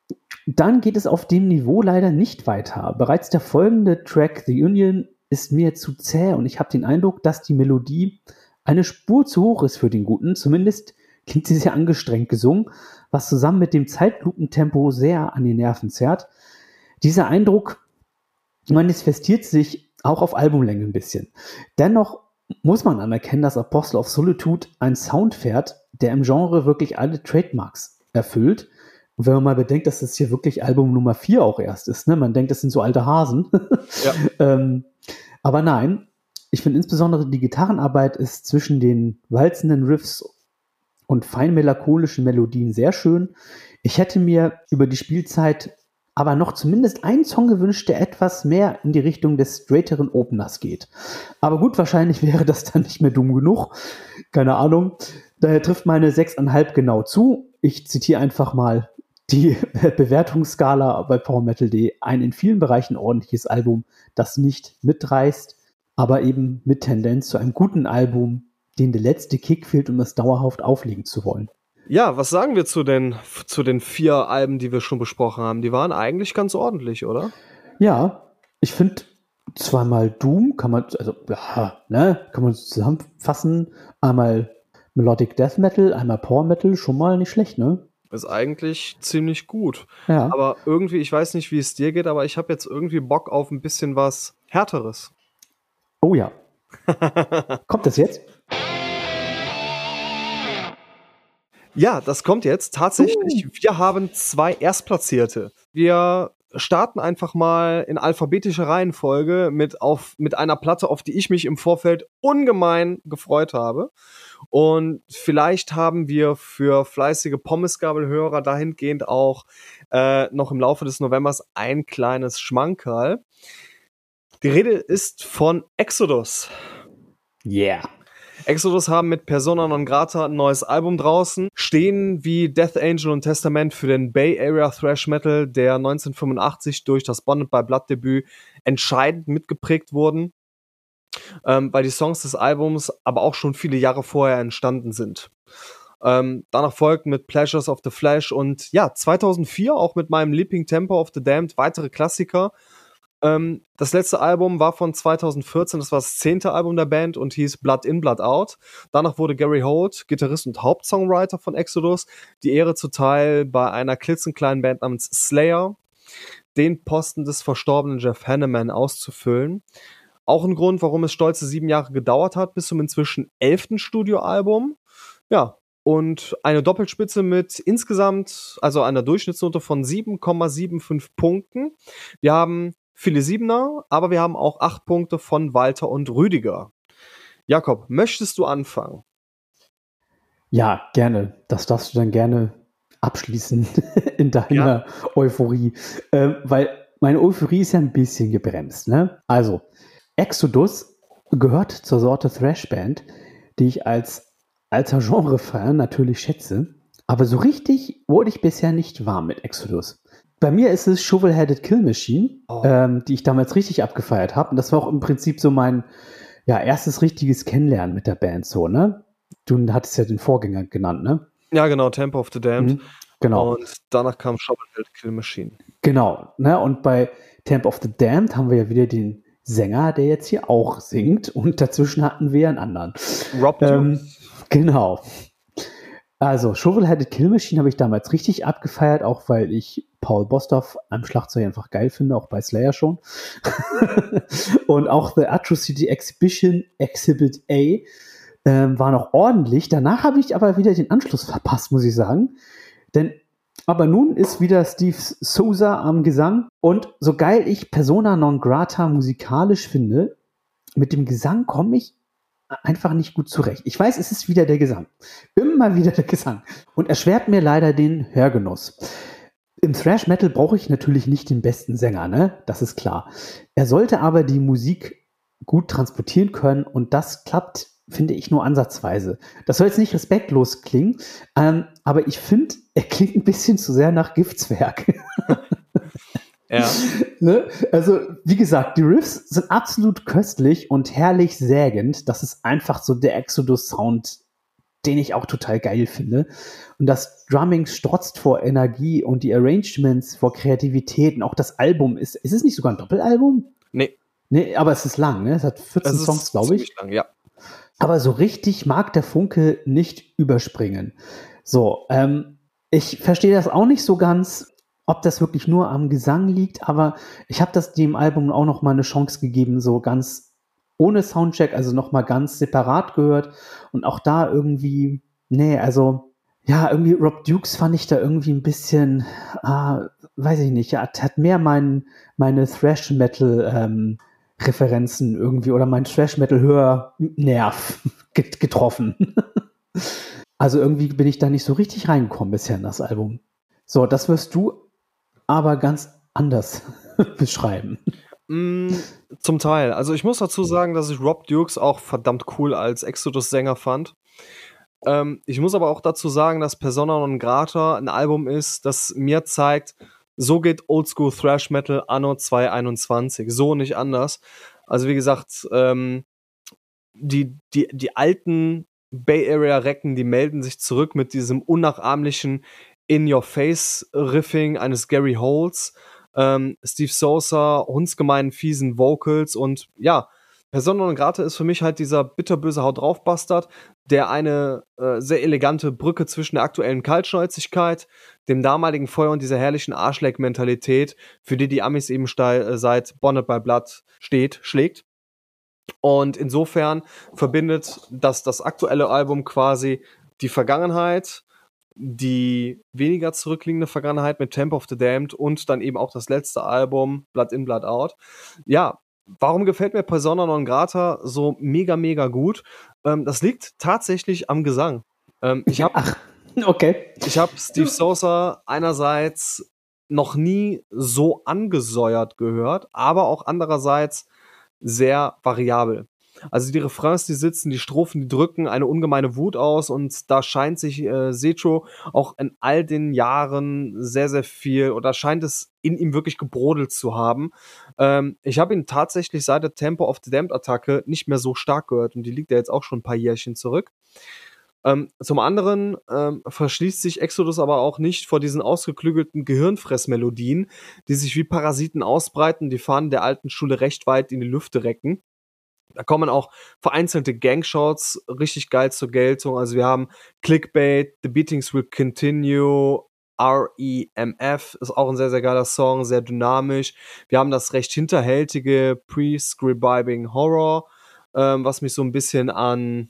dann geht es auf dem Niveau leider nicht weiter. Bereits der folgende Track, The Union, ist mir zu zäh und ich habe den Eindruck, dass die Melodie eine Spur zu hoch ist für den Guten. Zumindest klingt sie sehr angestrengt gesungen, was zusammen mit dem Zeitlupentempo sehr an die Nerven zerrt. Dieser Eindruck manifestiert sich auch auf Albumlänge ein bisschen. Dennoch muss man anerkennen, dass Apostle of Solitude einen Sound fährt, der im Genre wirklich alle Trademarks erfüllt. Und wenn man mal bedenkt, dass das hier wirklich Album Nummer vier auch erst ist, ne? Man denkt, das sind so alte Hasen. Ja. ähm, aber nein, ich finde insbesondere die Gitarrenarbeit ist zwischen den walzenden Riffs und fein melancholischen Melodien sehr schön. Ich hätte mir über die Spielzeit aber noch zumindest einen Song gewünscht, der etwas mehr in die Richtung des straighteren Openers geht. Aber gut, wahrscheinlich wäre das dann nicht mehr dumm genug. Keine Ahnung. Daher trifft meine sechs Komma fünf genau zu. Ich zitiere einfach mal die Bewertungsskala bei Power Metal punkt de. Ein in vielen Bereichen ordentliches Album, das nicht mitreißt, aber eben mit Tendenz zu einem guten Album, dem der letzte Kick fehlt, um es dauerhaft auflegen zu wollen. Ja, was sagen wir zu den, zu den vier Alben, die wir schon besprochen haben? Die waren eigentlich ganz ordentlich, oder? Ja, ich finde zweimal Doom, kann man, also, ja, ne, kann man zusammenfassen. Einmal Melodic Death Metal, einmal Power Metal, schon mal nicht schlecht, ne? Ist eigentlich ziemlich gut. Ja. Aber irgendwie, ich weiß nicht, wie es dir geht, aber ich habe jetzt irgendwie Bock auf ein bisschen was Härteres. Oh ja. Kommt das jetzt? Ja, das kommt jetzt. Tatsächlich, uh. wir haben zwei Erstplatzierte. Wir starten einfach mal in alphabetischer Reihenfolge mit, auf, mit einer Platte, auf die ich mich im Vorfeld ungemein gefreut habe. Und vielleicht haben wir für fleißige Pommesgabelhörer dahingehend auch äh, noch im Laufe des Novembers ein kleines Schmankerl. Die Rede ist von Exodus. Yeah. Exodus haben mit Persona non grata ein neues Album draußen, stehen wie Death Angel und Testament für den Bay Area Thrash Metal, der neunzehnhundertfünfundachtzig durch das Bonded by Blood Debüt entscheidend mitgeprägt wurden, ähm, weil die Songs des Albums aber auch schon viele Jahre vorher entstanden sind. Ähm, danach folgten mit Pleasures of the Flesh und ja, zweitausendvier auch mit meinem Leaping Tempo of the Damned weitere Klassiker. Ähm, das letzte Album war von zweitausendvierzehn, das war das zehnte Album der Band und hieß Blood In, Blood Out. Danach wurde Gary Holt, Gitarrist und Hauptsongwriter von Exodus, die Ehre zuteil, bei einer klitzenkleinen Band namens Slayer den Posten des verstorbenen Jeff Hanneman auszufüllen. Auch ein Grund, warum es stolze sieben Jahre gedauert hat, bis zum inzwischen elften Studioalbum. Ja, und eine Doppelspitze mit insgesamt, also einer Durchschnittsnote von sieben Komma fünfundsiebzig Punkten. Wir haben viele Siebener, aber wir haben auch acht Punkte von Walter und Rüdiger. Jakob, möchtest du anfangen? Ja, gerne. Das darfst du dann gerne abschließen in deiner ja. Euphorie. Ähm, weil meine Euphorie ist ja ein bisschen gebremst. Ne? Also, Exodus gehört zur Sorte Thrash-Band, die ich als alter Genre-Fan natürlich schätze. Aber so richtig wurde ich bisher nicht warm mit Exodus. Bei mir ist es Shovel-Headed Kill Machine, oh. ähm, die ich damals richtig abgefeiert habe. Und das war auch im Prinzip so mein ja, erstes richtiges Kennenlernen mit der Band. So, ne? Du hattest ja den Vorgänger genannt, ne? Ja, genau, Temple of the Damned. Mhm, genau. Und danach kam Shovel-Headed Kill Machine. Genau, ne? Und bei Temple of the Damned haben wir ja wieder den Sänger, der jetzt hier auch singt. Und dazwischen hatten wir einen anderen. Rob ähm, Genau. Also, Shovel-Headed Kill Machine habe ich damals richtig abgefeiert, auch weil ich Paul Bostaph am Schlagzeug einfach geil finde, auch bei Slayer schon. Und auch The Atrocity Exhibition Exhibit A ähm, war noch ordentlich. Danach habe ich aber wieder den Anschluss verpasst, muss ich sagen. Denn, aber nun ist wieder Steve Souza am Gesang. Und so geil ich Persona non grata musikalisch finde, mit dem Gesang komme ich einfach nicht gut zurecht. Ich weiß, es ist wieder der Gesang. Immer wieder der Gesang. Und erschwert mir leider den Hörgenuss. Im Thrash Metal brauche ich natürlich nicht den besten Sänger, ne? Das ist klar. Er sollte aber die Musik gut transportieren können und das klappt, finde ich, nur ansatzweise. Das soll jetzt nicht respektlos klingen, ähm, aber ich finde, er klingt ein bisschen zu sehr nach Giftswerk. Ja. Ne? Also, wie gesagt, die Riffs sind absolut köstlich und herrlich sägend. Das ist einfach so der Exodus-Sound, den ich auch total geil finde. Und das Drumming strotzt vor Energie und die Arrangements vor Kreativität. Und auch das Album ist, ist es nicht sogar ein Doppelalbum? Nee. Nee, aber es ist lang, ne? Es hat vierzehn Es Songs, glaube ich. Lang, ja. Aber so richtig mag der Funke nicht überspringen. So, ähm, ich verstehe das auch nicht so ganz, ob das wirklich nur am Gesang liegt, aber ich habe das dem Album auch noch mal eine Chance gegeben, so ganz ohne Soundcheck, also noch mal ganz separat gehört und auch da irgendwie, nee, also ja, irgendwie Rob Dukes fand ich da irgendwie ein bisschen, ah, weiß ich nicht, ja, hat mehr mein, meine Thrash-Metal ähm, Referenzen irgendwie oder mein Thrash-Metal-Hör-Nerv getroffen. Also irgendwie bin ich da nicht so richtig reingekommen bisher in das Album. So, das wirst du aber ganz anders beschreiben. Mm, zum Teil. Also ich muss dazu sagen, dass ich Rob Dukes auch verdammt cool als Exodus-Sänger fand. Ähm, ich muss aber auch dazu sagen, dass Persona non grata ein Album ist, das mir zeigt, so geht Oldschool Thrash Metal anno zwanzig einundzwanzig. So nicht anders. Also wie gesagt, ähm, die, die, die alten Bay Area Recken, die melden sich zurück mit diesem unnachahmlichen In-Your-Face-Riffing eines Gary Holes, ähm, Steve Sousa, hundsgemeinen, fiesen Vocals und ja, Persona non grata ist für mich halt dieser bitterböse Haut drauf Bastard, der eine äh, sehr elegante Brücke zwischen der aktuellen Kaltschnäuzigkeit, dem damaligen Feuer und dieser herrlichen Arschleck-Mentalität, für die die Amis eben steil, äh, seit Bonnet by Blood steht, schlägt. Und insofern verbindet das, das aktuelle Album quasi die Vergangenheit, die weniger zurückliegende Vergangenheit mit Temple of the Damned und dann eben auch das letzte Album, Blood In, Blood Out. Ja, warum gefällt mir Persona non grata so mega, mega gut? Ähm, das liegt tatsächlich am Gesang. Ähm, ich habe okay. Ich habe Steve Sousa einerseits noch nie so angesäuert gehört, aber auch andererseits sehr variabel. Also die Refrains, die sitzen, die Strophen, die drücken eine ungemeine Wut aus und da scheint sich äh, Setro auch in all den Jahren sehr, sehr viel oder scheint es in ihm wirklich gebrodelt zu haben. Ähm, ich habe ihn tatsächlich seit der Temple of the Damned-Attacke nicht mehr so stark gehört und die liegt ja jetzt auch schon ein paar Jährchen zurück. Ähm, zum anderen ähm, verschließt sich Exodus aber auch nicht vor diesen ausgeklügelten Gehirnfressmelodien, die sich wie Parasiten ausbreiten, die Fahnen der alten Schule recht weit in die Lüfte recken. Da kommen auch vereinzelte Gangshots richtig geil zur Geltung. Also wir haben Clickbait, The Beatings Will Continue, R E M F ist auch ein sehr, sehr geiler Song, sehr dynamisch. Wir haben das recht hinterhältige Pre-Scribing Horror, ähm, was mich so ein bisschen an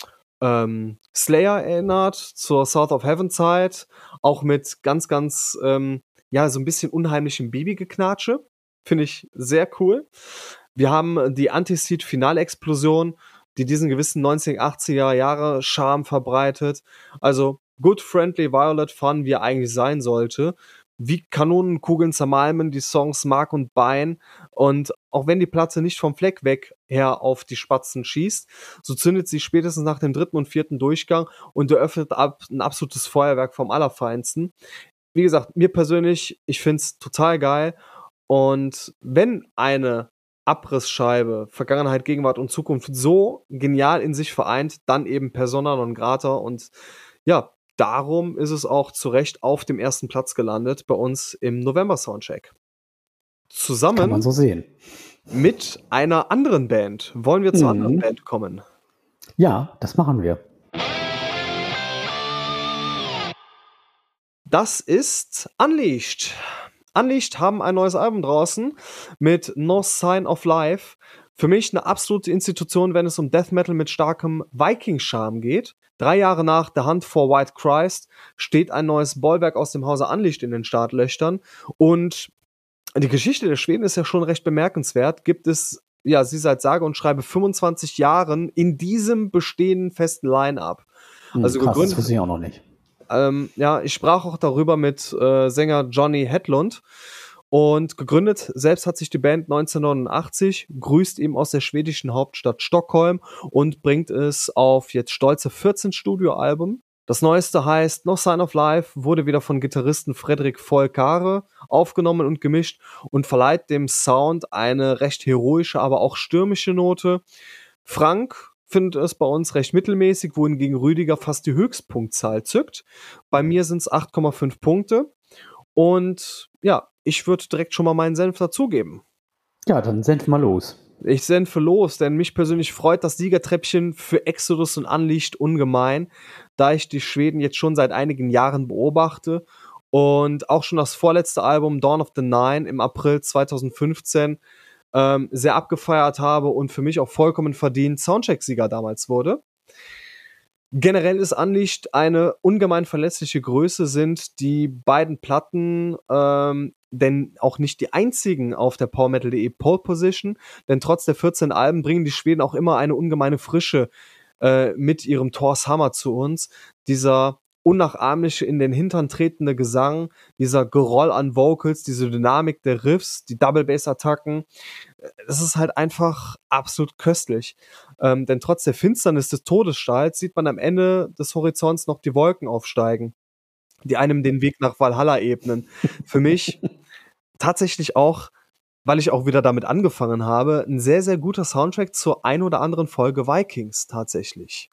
ähm, Slayer erinnert, zur South of Heaven Zeit, auch mit ganz, ganz, ähm, ja, so ein bisschen unheimlichem Babygeknatsche. Finde ich sehr cool. Wir haben die Anti-Seed-Finalexplosion, die diesen gewissen neunzehnhundertachtziger Jahre Charme verbreitet. Also good, friendly, violet fun, wie er eigentlich sein sollte. Wie Kanonenkugeln zermalmen die Songs Mark und Bein. Und auch wenn die Platte nicht vom Fleck weg her auf die Spatzen schießt, so zündet sie spätestens nach dem dritten und vierten Durchgang und eröffnet ab ein absolutes Feuerwerk vom Allerfeinsten. Wie gesagt, mir persönlich, ich find's total geil. Und wenn eine Abrissscheibe, Vergangenheit, Gegenwart und Zukunft so genial in sich vereint, dann eben Persona non grata und ja, darum ist es auch zu Recht auf dem ersten Platz gelandet bei uns im November-Soundcheck. Zusammen Kann man so sehen. Mit einer anderen Band. Wollen wir zur Mhm. anderen Band kommen? Ja, das machen wir. Das ist Unleashed. Unleashed haben ein neues Album draußen mit No Sign of Life. Für mich eine absolute Institution, wenn es um Death Metal mit starkem Viking-Charme geht. Drei Jahre nach The Hunt for White Christ steht ein neues Bollwerk aus dem Hause Unleashed in den Startlöchern. Und die Geschichte der Schweden ist ja schon recht bemerkenswert. Gibt es, ja, sie seit sage und schreibe fünfundzwanzig Jahren in diesem bestehenden festen Line-Up. Hm, Also krass, gegründet, das wusste ich auch noch nicht. Ähm, ja, ich sprach auch darüber mit äh, Sänger Johnny Hedlund und gegründet selbst hat sich die Band neunzehnhundertneunundachtzig, grüßt ihm aus der schwedischen Hauptstadt Stockholm und bringt es auf jetzt stolze vierzehn Studioalben. Das neueste heißt No Sign of Life, wurde wieder von Gitarristen Fredrik Volkare aufgenommen und gemischt und verleiht dem Sound eine recht heroische, aber auch stürmische Note. Frank finde es bei uns recht mittelmäßig, wohingegen Rüdiger fast die Höchstpunktzahl zückt. Bei mir sind es acht Komma fünf Punkte. Und ja, ich würde direkt schon mal meinen Senf dazugeben. Ja, dann senf mal los. Ich senfe los, denn mich persönlich freut das Siegertreppchen für Exodus und Unleashed ungemein, da ich die Schweden jetzt schon seit einigen Jahren beobachte und auch schon das vorletzte Album Dawn of the Nine im April zweitausendfünfzehn ähm, sehr abgefeiert habe und für mich auch vollkommen verdient Soundcheck-Sieger damals wurde. Generell ist Unleashed eine ungemein verlässliche Größe, sind die beiden Platten ähm, denn auch nicht die einzigen auf der powermetal punkt de Pole Position, denn trotz der vierzehn Alben bringen die Schweden auch immer eine ungemeine Frische äh, mit ihrem Thor's Hammer zu uns. Dieser unnachahmliche, in den Hintern tretende Gesang, dieser Geroll an Vocals, diese Dynamik der Riffs, die Double-Bass-Attacken, das ist halt einfach absolut köstlich. Ähm, denn trotz der Finsternis des Todesstahls sieht man am Ende des Horizonts noch die Wolken aufsteigen, die einem den Weg nach Valhalla ebnen. Für mich tatsächlich auch, weil ich auch wieder damit angefangen habe, ein sehr, sehr guter Soundtrack zur ein oder anderen Folge Vikings tatsächlich.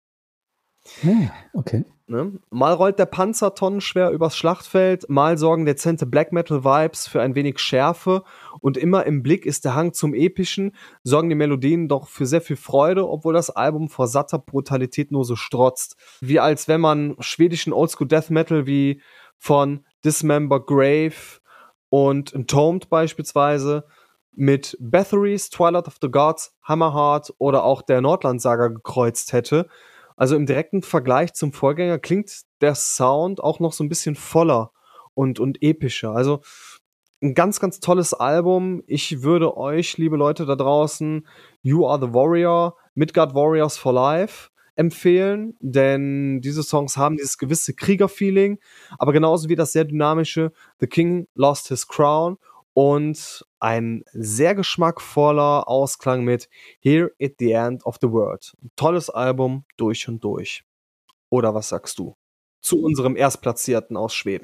Ja, okay. Ne? Mal rollt der Panzer tonnenschwer übers Schlachtfeld, mal sorgen dezente Black-Metal-Vibes für ein wenig Schärfe und immer im Blick ist der Hang zum Epischen, sorgen die Melodien doch für sehr viel Freude, obwohl das Album vor satter Brutalität nur so strotzt. Wie als wenn man schwedischen Oldschool-Death-Metal wie von Dismember Grave und Entombed beispielsweise mit Bathory's Twilight of the Gods, Hammerheart oder auch der Nordland-Saga gekreuzt hätte. Also im direkten Vergleich zum Vorgänger klingt der Sound auch noch so ein bisschen voller und, und epischer. Also ein ganz, ganz tolles Album. Ich würde euch, liebe Leute da draußen, You Are the Warrior, Midgard Warriors for Life empfehlen, denn diese Songs haben dieses gewisse Krieger-Feeling, aber genauso wie das sehr dynamische The King Lost His Crown und ein sehr geschmackvoller Ausklang mit Here at the End of the World. Ein tolles Album durch und durch. Oder was sagst du zu unserem Erstplatzierten aus Schweden?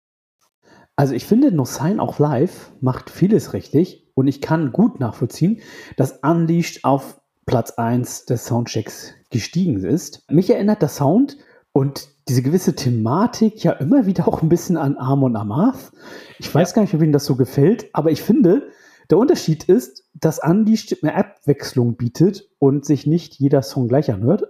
Also ich finde, No Sign of Life macht vieles richtig und ich kann gut nachvollziehen, dass Unleashed auf Platz eins des Soundchecks gestiegen ist. Mich erinnert der Sound und diese gewisse Thematik ja immer wieder auch ein bisschen an Amon Amarth. Ich weiß gar nicht, ob Ihnen das so gefällt, aber ich finde, der Unterschied ist, dass Unleashed eine Abwechslung bietet und sich nicht jeder Song gleich anhört.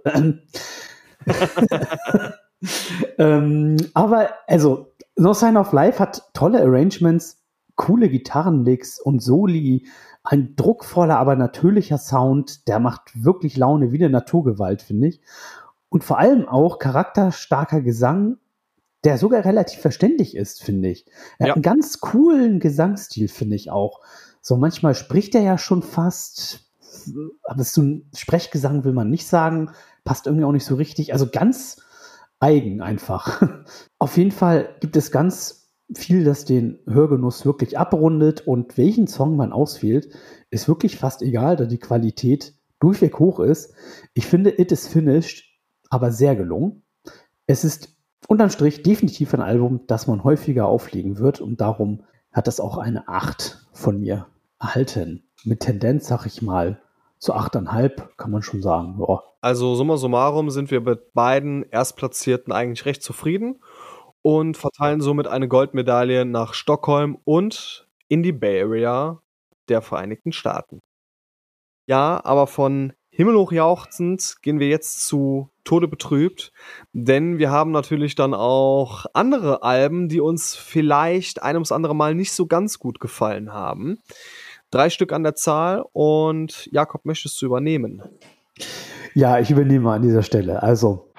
ähm, aber also No Sign of Life hat tolle Arrangements, coole Gitarrenlicks und Soli, ein druckvoller, aber natürlicher Sound, der macht wirklich Laune wie eine Naturgewalt, finde ich. Und vor allem auch charakterstarker Gesang, der sogar relativ verständlich ist, finde ich. Er Ja. hat einen ganz coolen Gesangsstil, finde ich auch. So manchmal spricht er ja schon fast, aber so ein Sprechgesang will man nicht sagen, passt irgendwie auch nicht so richtig. Also ganz eigen einfach. Auf jeden Fall gibt es ganz viel, das den Hörgenuss wirklich abrundet und welchen Song man auswählt, ist wirklich fast egal, da die Qualität durchweg hoch ist. Ich finde It Is Finished aber sehr gelungen. Es ist unterm Strich definitiv ein Album, das man häufiger auflegen wird und darum hat es auch eine acht von mir erhalten. Mit Tendenz, sag ich mal, zu acht Komma fünf kann man schon sagen. Ja. Also summa summarum sind wir mit beiden Erstplatzierten eigentlich recht zufrieden und verteilen somit eine Goldmedaille nach Stockholm und in die Bay Area der Vereinigten Staaten. Ja, aber von himmelhoch jauchzend gehen wir jetzt zu Tode betrübt, denn wir haben natürlich dann auch andere Alben, die uns vielleicht ein ums andere Mal nicht so ganz gut gefallen haben. Drei Stück an der Zahl und Jakob, möchtest du übernehmen? Ja, ich übernehme an dieser Stelle. Also,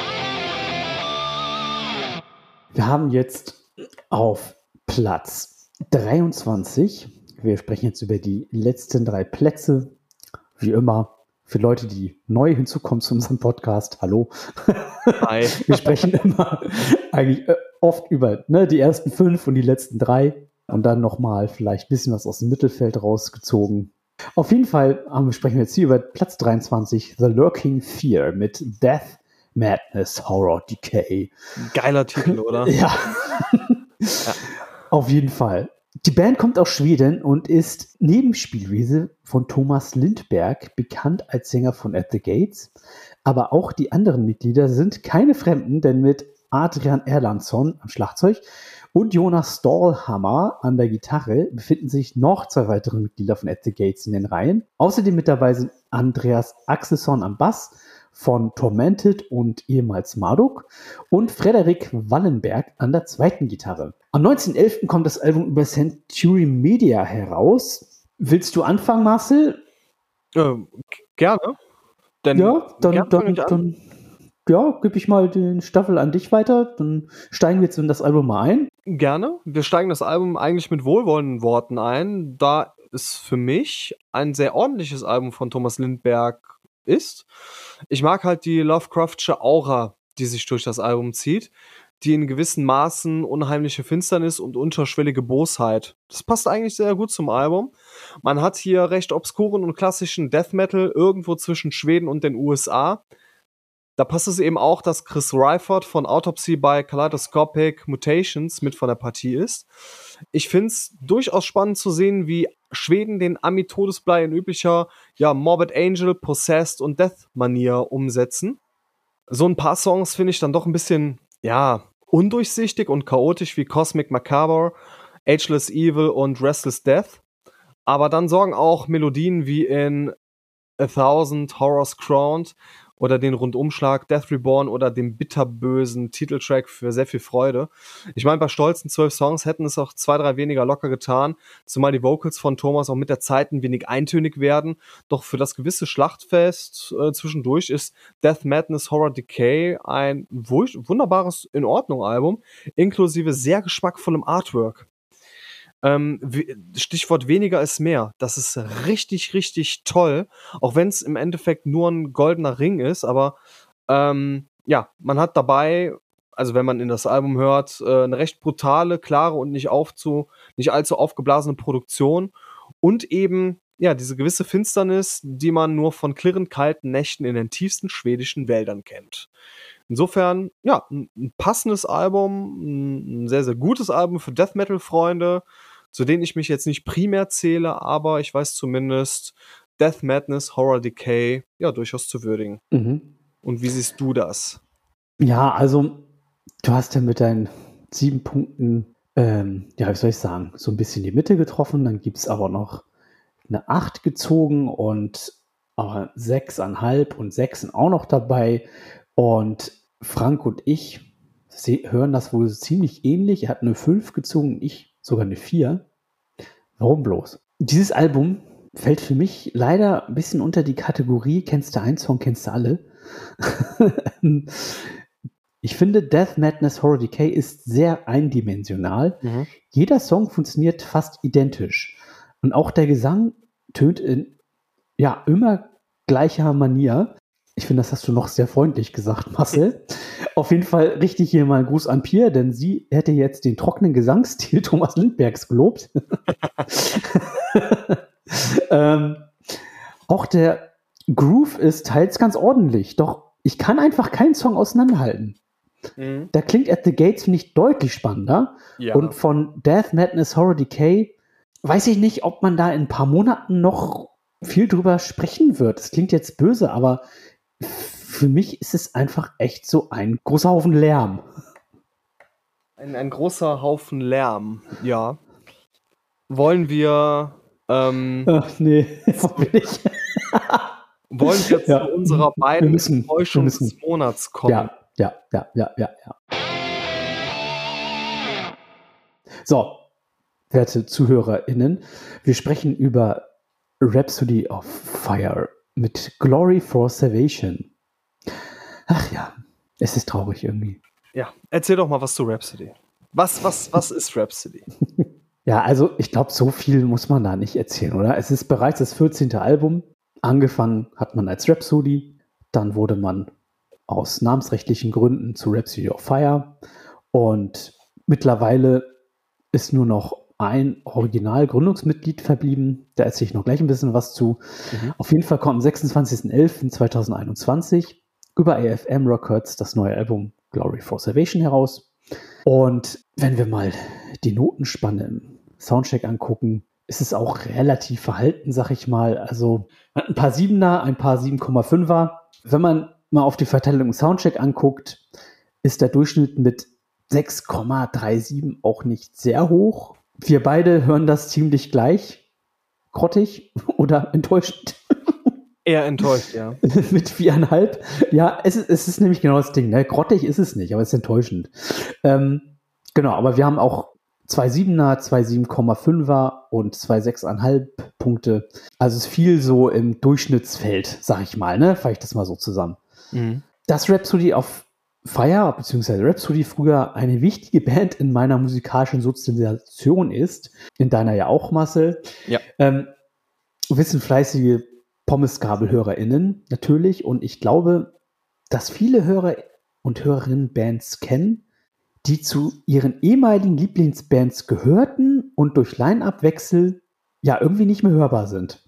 wir haben jetzt auf Platz dreiundzwanzig, wir sprechen jetzt über die letzten drei Plätze, wie immer, für Leute, die neu hinzukommen zu unserem Podcast, hallo. Hi. Wir sprechen immer eigentlich oft über ne, die ersten fünf und die letzten drei und dann nochmal vielleicht ein bisschen was aus dem Mittelfeld rausgezogen. Auf jeden Fall haben wir, sprechen wir jetzt hier über Platz dreiundzwanzig, The Lurking Fear mit Death, Madness, Horror, Decay. Geiler Titel, oder? Ja. Ja. Auf jeden Fall. Die Band kommt aus Schweden und ist neben Spielwiese von Thomas Lindberg bekannt als Sänger von At the Gates. Aber auch die anderen Mitglieder sind keine Fremden, denn mit Adrian Erlandsson am Schlagzeug und Jonas Stålhammar an der Gitarre befinden sich noch zwei weitere Mitglieder von At the Gates in den Reihen. Außerdem mit dabei sind Andreas Axelsson am Bass von Tormented und ehemals Marduk und Frederik Wallenberg an der zweiten Gitarre. Am neunzehnten elften kommt das Album über Century Media heraus. Willst du anfangen, Marcel? Äh, gerne. Denn ja, dann, gern dann, dann ja, gebe ich mal den Staffel an dich weiter. Dann steigen wir jetzt in das Album mal ein. Gerne. Wir steigen das Album eigentlich mit wohlwollenden Worten ein, da es für mich ein sehr ordentliches Album von Thomas Lindberg ist. Ich mag halt die Lovecraftsche Aura, die sich durch das Album zieht, die in gewissen Maßen unheimliche Finsternis und unterschwellige Bosheit. Das passt eigentlich sehr gut zum Album. Man hat hier recht obskuren und klassischen Death Metal irgendwo zwischen Schweden und den U S A. Da passt es eben auch, dass Chris Reifert von Autopsy bei Kaleidoscopic Mutations mit von der Partie ist. Ich finde es durchaus spannend zu sehen, wie Schweden den Ami-Todesblei in üblicher ja, Morbid Angel, Possessed und Death-Manier umsetzen. So ein paar Songs finde ich dann doch ein bisschen, ja, undurchsichtig und chaotisch wie Cosmic Macabre, Ageless Evil und Restless Death. Aber dann sorgen auch Melodien wie in A Thousand Horrors Crowned oder den Rundumschlag Death Reborn oder dem bitterbösen Titeltrack für sehr viel Freude. Ich meine, bei stolzen zwölf Songs hätten es auch zwei, drei weniger locker getan, zumal die Vocals von Thomas auch mit der Zeit ein wenig eintönig werden. Doch für das gewisse Schlachtfest äh, zwischendurch ist Death Madness Horror Decay ein w- wunderbares In-Ordnung-Album, inklusive sehr geschmackvollem Artwork. Ähm, Stichwort weniger ist mehr. Das ist richtig, richtig toll. Auch wenn es im Endeffekt nur ein goldener Ring ist. Aber ähm, ja, man hat dabei, also wenn man in das Album hört, äh, eine recht brutale, klare und nicht, aufzu, nicht allzu aufgeblasene Produktion. Und eben, ja, diese gewisse Finsternis, die man nur von klirrend kalten Nächten in den tiefsten schwedischen Wäldern kennt. Insofern, ja, ein, ein passendes Album, ein, ein sehr, sehr gutes Album für Death Metal-Freunde, zu denen ich mich jetzt nicht primär zähle, aber ich weiß zumindest Death Madness, Horror Decay, ja, durchaus zu würdigen. Mhm. Und wie siehst du das? Ja, also, du hast ja mit deinen sieben Punkten, ähm, ja, wie soll ich sagen, so ein bisschen die Mitte getroffen, dann gibt es aber noch eine acht gezogen und aber sechs Komma fünf und sechs sind auch noch dabei. Und Frank und ich se- hören das wohl ziemlich ähnlich. Er hat eine fünf gezogen, ich sogar eine vier. Warum bloß? Dieses Album fällt für mich leider ein bisschen unter die Kategorie, kennst du einen Song, kennst du alle. Ich finde, Death Madness Horror Decay ist sehr eindimensional. Mhm. Jeder Song funktioniert fast identisch. Und auch der Gesang tönt in ja, immer gleicher Manier. Ich finde, das hast du noch sehr freundlich gesagt, Marcel. Auf jeden Fall richte ich hier mal einen Gruß an Pia, denn sie hätte jetzt den trockenen Gesangsstil Thomas Lindbergs gelobt. ähm, auch der Groove ist teils ganz ordentlich, doch ich kann einfach keinen Song auseinanderhalten. Mhm. Da klingt At the Gates, finde ich, deutlich spannender. Ja. Und von Death Madness Horror Decay weiß ich nicht, ob man da in ein paar Monaten noch viel drüber sprechen wird. Das klingt jetzt böse, aber für mich ist es einfach echt so ein großer Haufen Lärm. Ein, ein großer Haufen Lärm, ja. Wollen wir ähm, Ach nee, will ich. wollen wir zu Ja, unserer wir beiden müssen, Enttäuschung wir müssen. des Monats kommen? Ja, ja, ja, ja, ja, ja. So, werte ZuhörerInnen, wir sprechen über Rhapsody of Fire mit Glory for Salvation. Ach ja, es ist traurig irgendwie. Ja, erzähl doch mal was zu Rhapsody. Was, was, was ist Rhapsody? Ja, also ich glaube, so viel muss man da nicht erzählen, oder? Es ist bereits das vierzehnte Album. Angefangen hat man als Rhapsody, dann wurde man aus namensrechtlichen Gründen zu Rhapsody of Fire und mittlerweile ist nur noch ein Original-Gründungsmitglied verblieben. Da erzähle ich noch gleich ein bisschen was zu. Mhm. Auf jeden Fall kommt am sechsundzwanzigsten elften zweitausendeinundzwanzig über A F M Records das neue Album Glory for Salvation heraus. Und wenn wir mal die Notenspanne im Soundcheck angucken, ist es auch relativ verhalten, sag ich mal. Also ein paar Siebener, ein paar sieben Komma fünfer. Wenn man mal auf die Verteilung im Soundcheck anguckt, ist der Durchschnitt mit sechs Komma siebenunddreißig auch nicht sehr hoch. Wir beide hören das ziemlich gleich grottig oder enttäuschend. Eher enttäuscht, ja. Mit viereinhalb. Ja, es ist, es ist nämlich genau das Ding. Ne? Grottig ist es nicht, aber es ist enttäuschend. Ähm, genau, aber wir haben auch zwei Siebener, zwei sieben Komma fünfer und zwei sechs Komma fünf Punkte. Also es ist viel so im Durchschnittsfeld, sag ich mal, ne? Fasse ich das mal so zusammen. Mhm. Das Rhapsody of Fire, beziehungsweise Rhapsody früher eine wichtige Band in meiner musikalischen Sozialisation ist, in deiner ja auch, Marcel, ja. ähm, wissen fleißige Pommesgabelhörerinnen natürlich, und ich glaube, dass viele Hörer und Hörerinnen Bands kennen, die zu ihren ehemaligen Lieblingsbands gehörten und durch Line-Up-Wechsel ja irgendwie nicht mehr hörbar sind.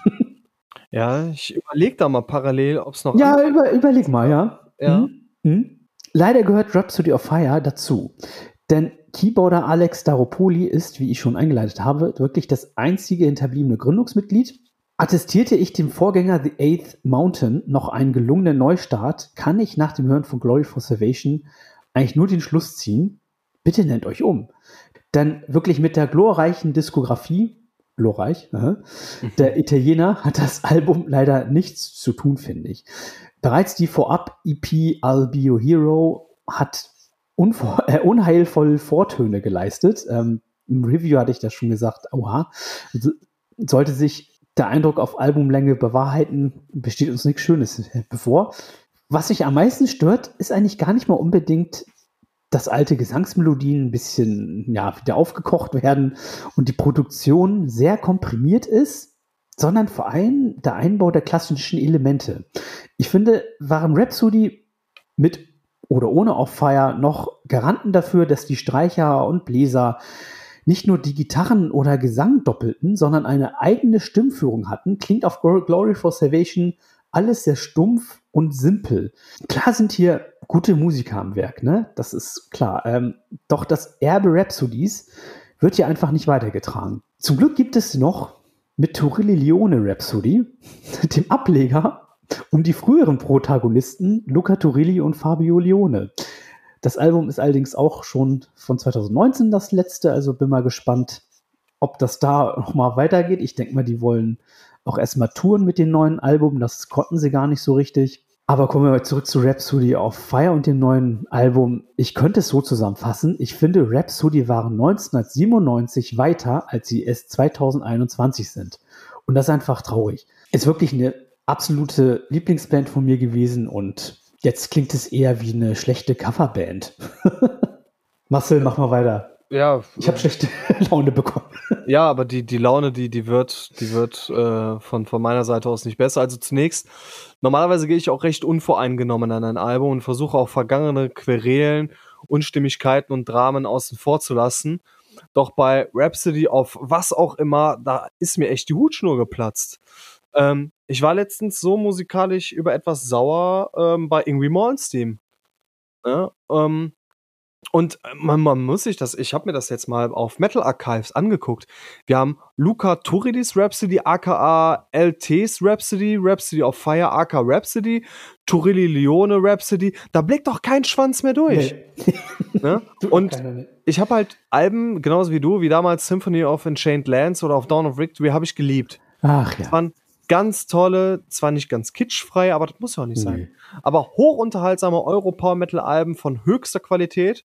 Ja, ich überlege da mal parallel, ob es noch... Ja, über, überleg mal, ja. ja. Hm? Hm? Leider gehört Rhapsody of Fire dazu, denn Keyboarder Alex Staropoli ist, wie ich schon eingeleitet habe, wirklich das einzige hinterbliebene Gründungsmitglied. Attestierte ich dem Vorgänger The Eighth Mountain noch einen gelungenen Neustart, kann ich nach dem Hören von Glory for Salvation eigentlich nur den Schluss ziehen, bitte nennt euch um. Denn wirklich mit der glorreichen Diskografie, glorreich, äh, der Italiener hat das Album leider nichts zu tun, finde ich. Bereits die Vorab-E P I'll Be Your Hero hat unvor- äh, unheilvoll Vortöne geleistet. Ähm, Im Review hatte ich das schon gesagt, oha, so, sollte sich der Eindruck auf Albumlänge bewahrheiten, besteht uns nichts Schönes bevor. Was sich am meisten stört, ist eigentlich gar nicht mal unbedingt, dass alte Gesangsmelodien ein bisschen ja, wieder aufgekocht werden und die Produktion sehr komprimiert ist, sondern vor allem der Einbau der klassischen Elemente. Ich finde, waren Rhapsody mit oder ohne Off Fire noch Garanten dafür, dass die Streicher und Bläser nicht nur die Gitarren oder Gesang doppelten, sondern eine eigene Stimmführung hatten, klingt auf Glory for Salvation alles sehr stumpf und simpel. Klar sind hier gute Musiker am Werk, ne? Das ist klar. Ähm, doch das Erbe Rhapsodies wird hier einfach nicht weitergetragen. Zum Glück gibt es noch mit Turilli Leone Rhapsody, dem Ableger um die früheren Protagonisten Luca Turilli und Fabio Leone. Das Album ist allerdings auch schon von zwanzig neunzehn das letzte, also bin mal gespannt, ob das da nochmal weitergeht. Ich denke mal, die wollen auch erstmal touren mit dem neuen Album, das konnten sie gar nicht so richtig. Aber kommen wir mal zurück zu Rhapsody of Fire und dem neuen Album. Ich könnte es so zusammenfassen, ich finde, Rhapsody waren neunzehnhundertsiebenundneunzig weiter, als sie es zwanzig einundzwanzig sind. Und das ist einfach traurig. Ist wirklich eine absolute Lieblingsband von mir gewesen und jetzt klingt es eher wie eine schlechte Coverband. Marcel, mach mal weiter. Ja. Ich habe schlechte Laune bekommen. Ja, aber die, die Laune, die, die wird, die wird äh, von, von meiner Seite aus nicht besser. Also zunächst, normalerweise gehe ich auch recht unvoreingenommen an ein Album und versuche auch vergangene Querelen, Unstimmigkeiten und Dramen außen vor zu lassen. Doch bei Rhapsody of was auch immer, da ist mir echt die Hutschnur geplatzt. Ähm, ich war letztens so musikalisch über etwas sauer ähm, bei Yngwie Malmsteen. Ja, ähm, und man, man muss sich das, ich habe mir das jetzt mal auf Metal Archives angeguckt. Wir haben Luca Turillis Rhapsody, aka L T's Rhapsody, Rhapsody of Fire, aka Rhapsody, Turilli Leone Rhapsody. Da blickt doch kein Schwanz mehr durch. Nee. Ne? Und ich habe halt Alben, genauso wie du, wie damals Symphony of Enchanted Lands oder auf Dawn of Victory, habe ich geliebt. Ach ja. Das waren ganz tolle, zwar nicht ganz kitschfrei, aber das muss ja auch nicht nee. sein. Aber hochunterhaltsame Europower-Metal-Alben von höchster Qualität.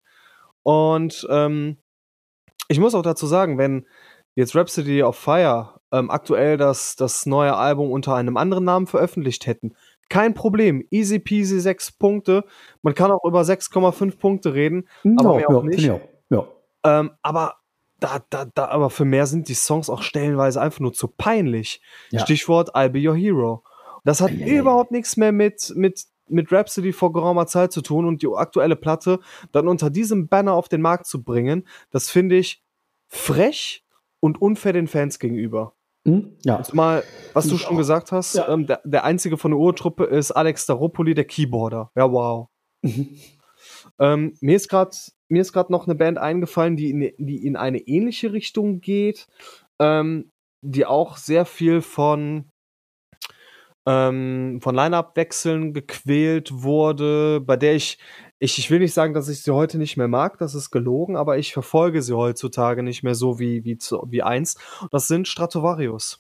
Und ähm, ich muss auch dazu sagen, wenn jetzt Rhapsody of Fire ähm, aktuell das, das neue Album unter einem anderen Namen veröffentlicht hätten, kein Problem. Easy peasy sechs Punkte. Man kann auch über sechs Komma fünf Punkte reden, aber ja, mehr auch ja, nicht. Ja, ja. Ähm, aber Da, da, da, aber für mehr sind die Songs auch stellenweise einfach nur zu peinlich. Ja. Stichwort I'll Be Your Hero. Das hat ja, überhaupt ja. nichts mehr mit, mit, mit Rhapsody vor geraumer Zeit zu tun und die aktuelle Platte dann unter diesem Banner auf den Markt zu bringen, das finde ich frech und unfair den Fans gegenüber. Hm? Ja. Mal, was du schon auch. gesagt hast, ja. ähm, der, der einzige von der Urtruppe ist Alex Staropoli, der Keyboarder. Ja, wow. Mhm. Ähm, mir ist gerade mir ist gerade noch eine Band eingefallen, die in, die in eine ähnliche Richtung geht, ähm, die auch sehr viel von, ähm, von Line-Up-Wechseln gequält wurde, bei der ich, ich, ich will nicht sagen, dass ich sie heute nicht mehr mag, das ist gelogen, aber ich verfolge sie heutzutage nicht mehr so wie, wie, zu, wie einst. Das sind Stratovarius.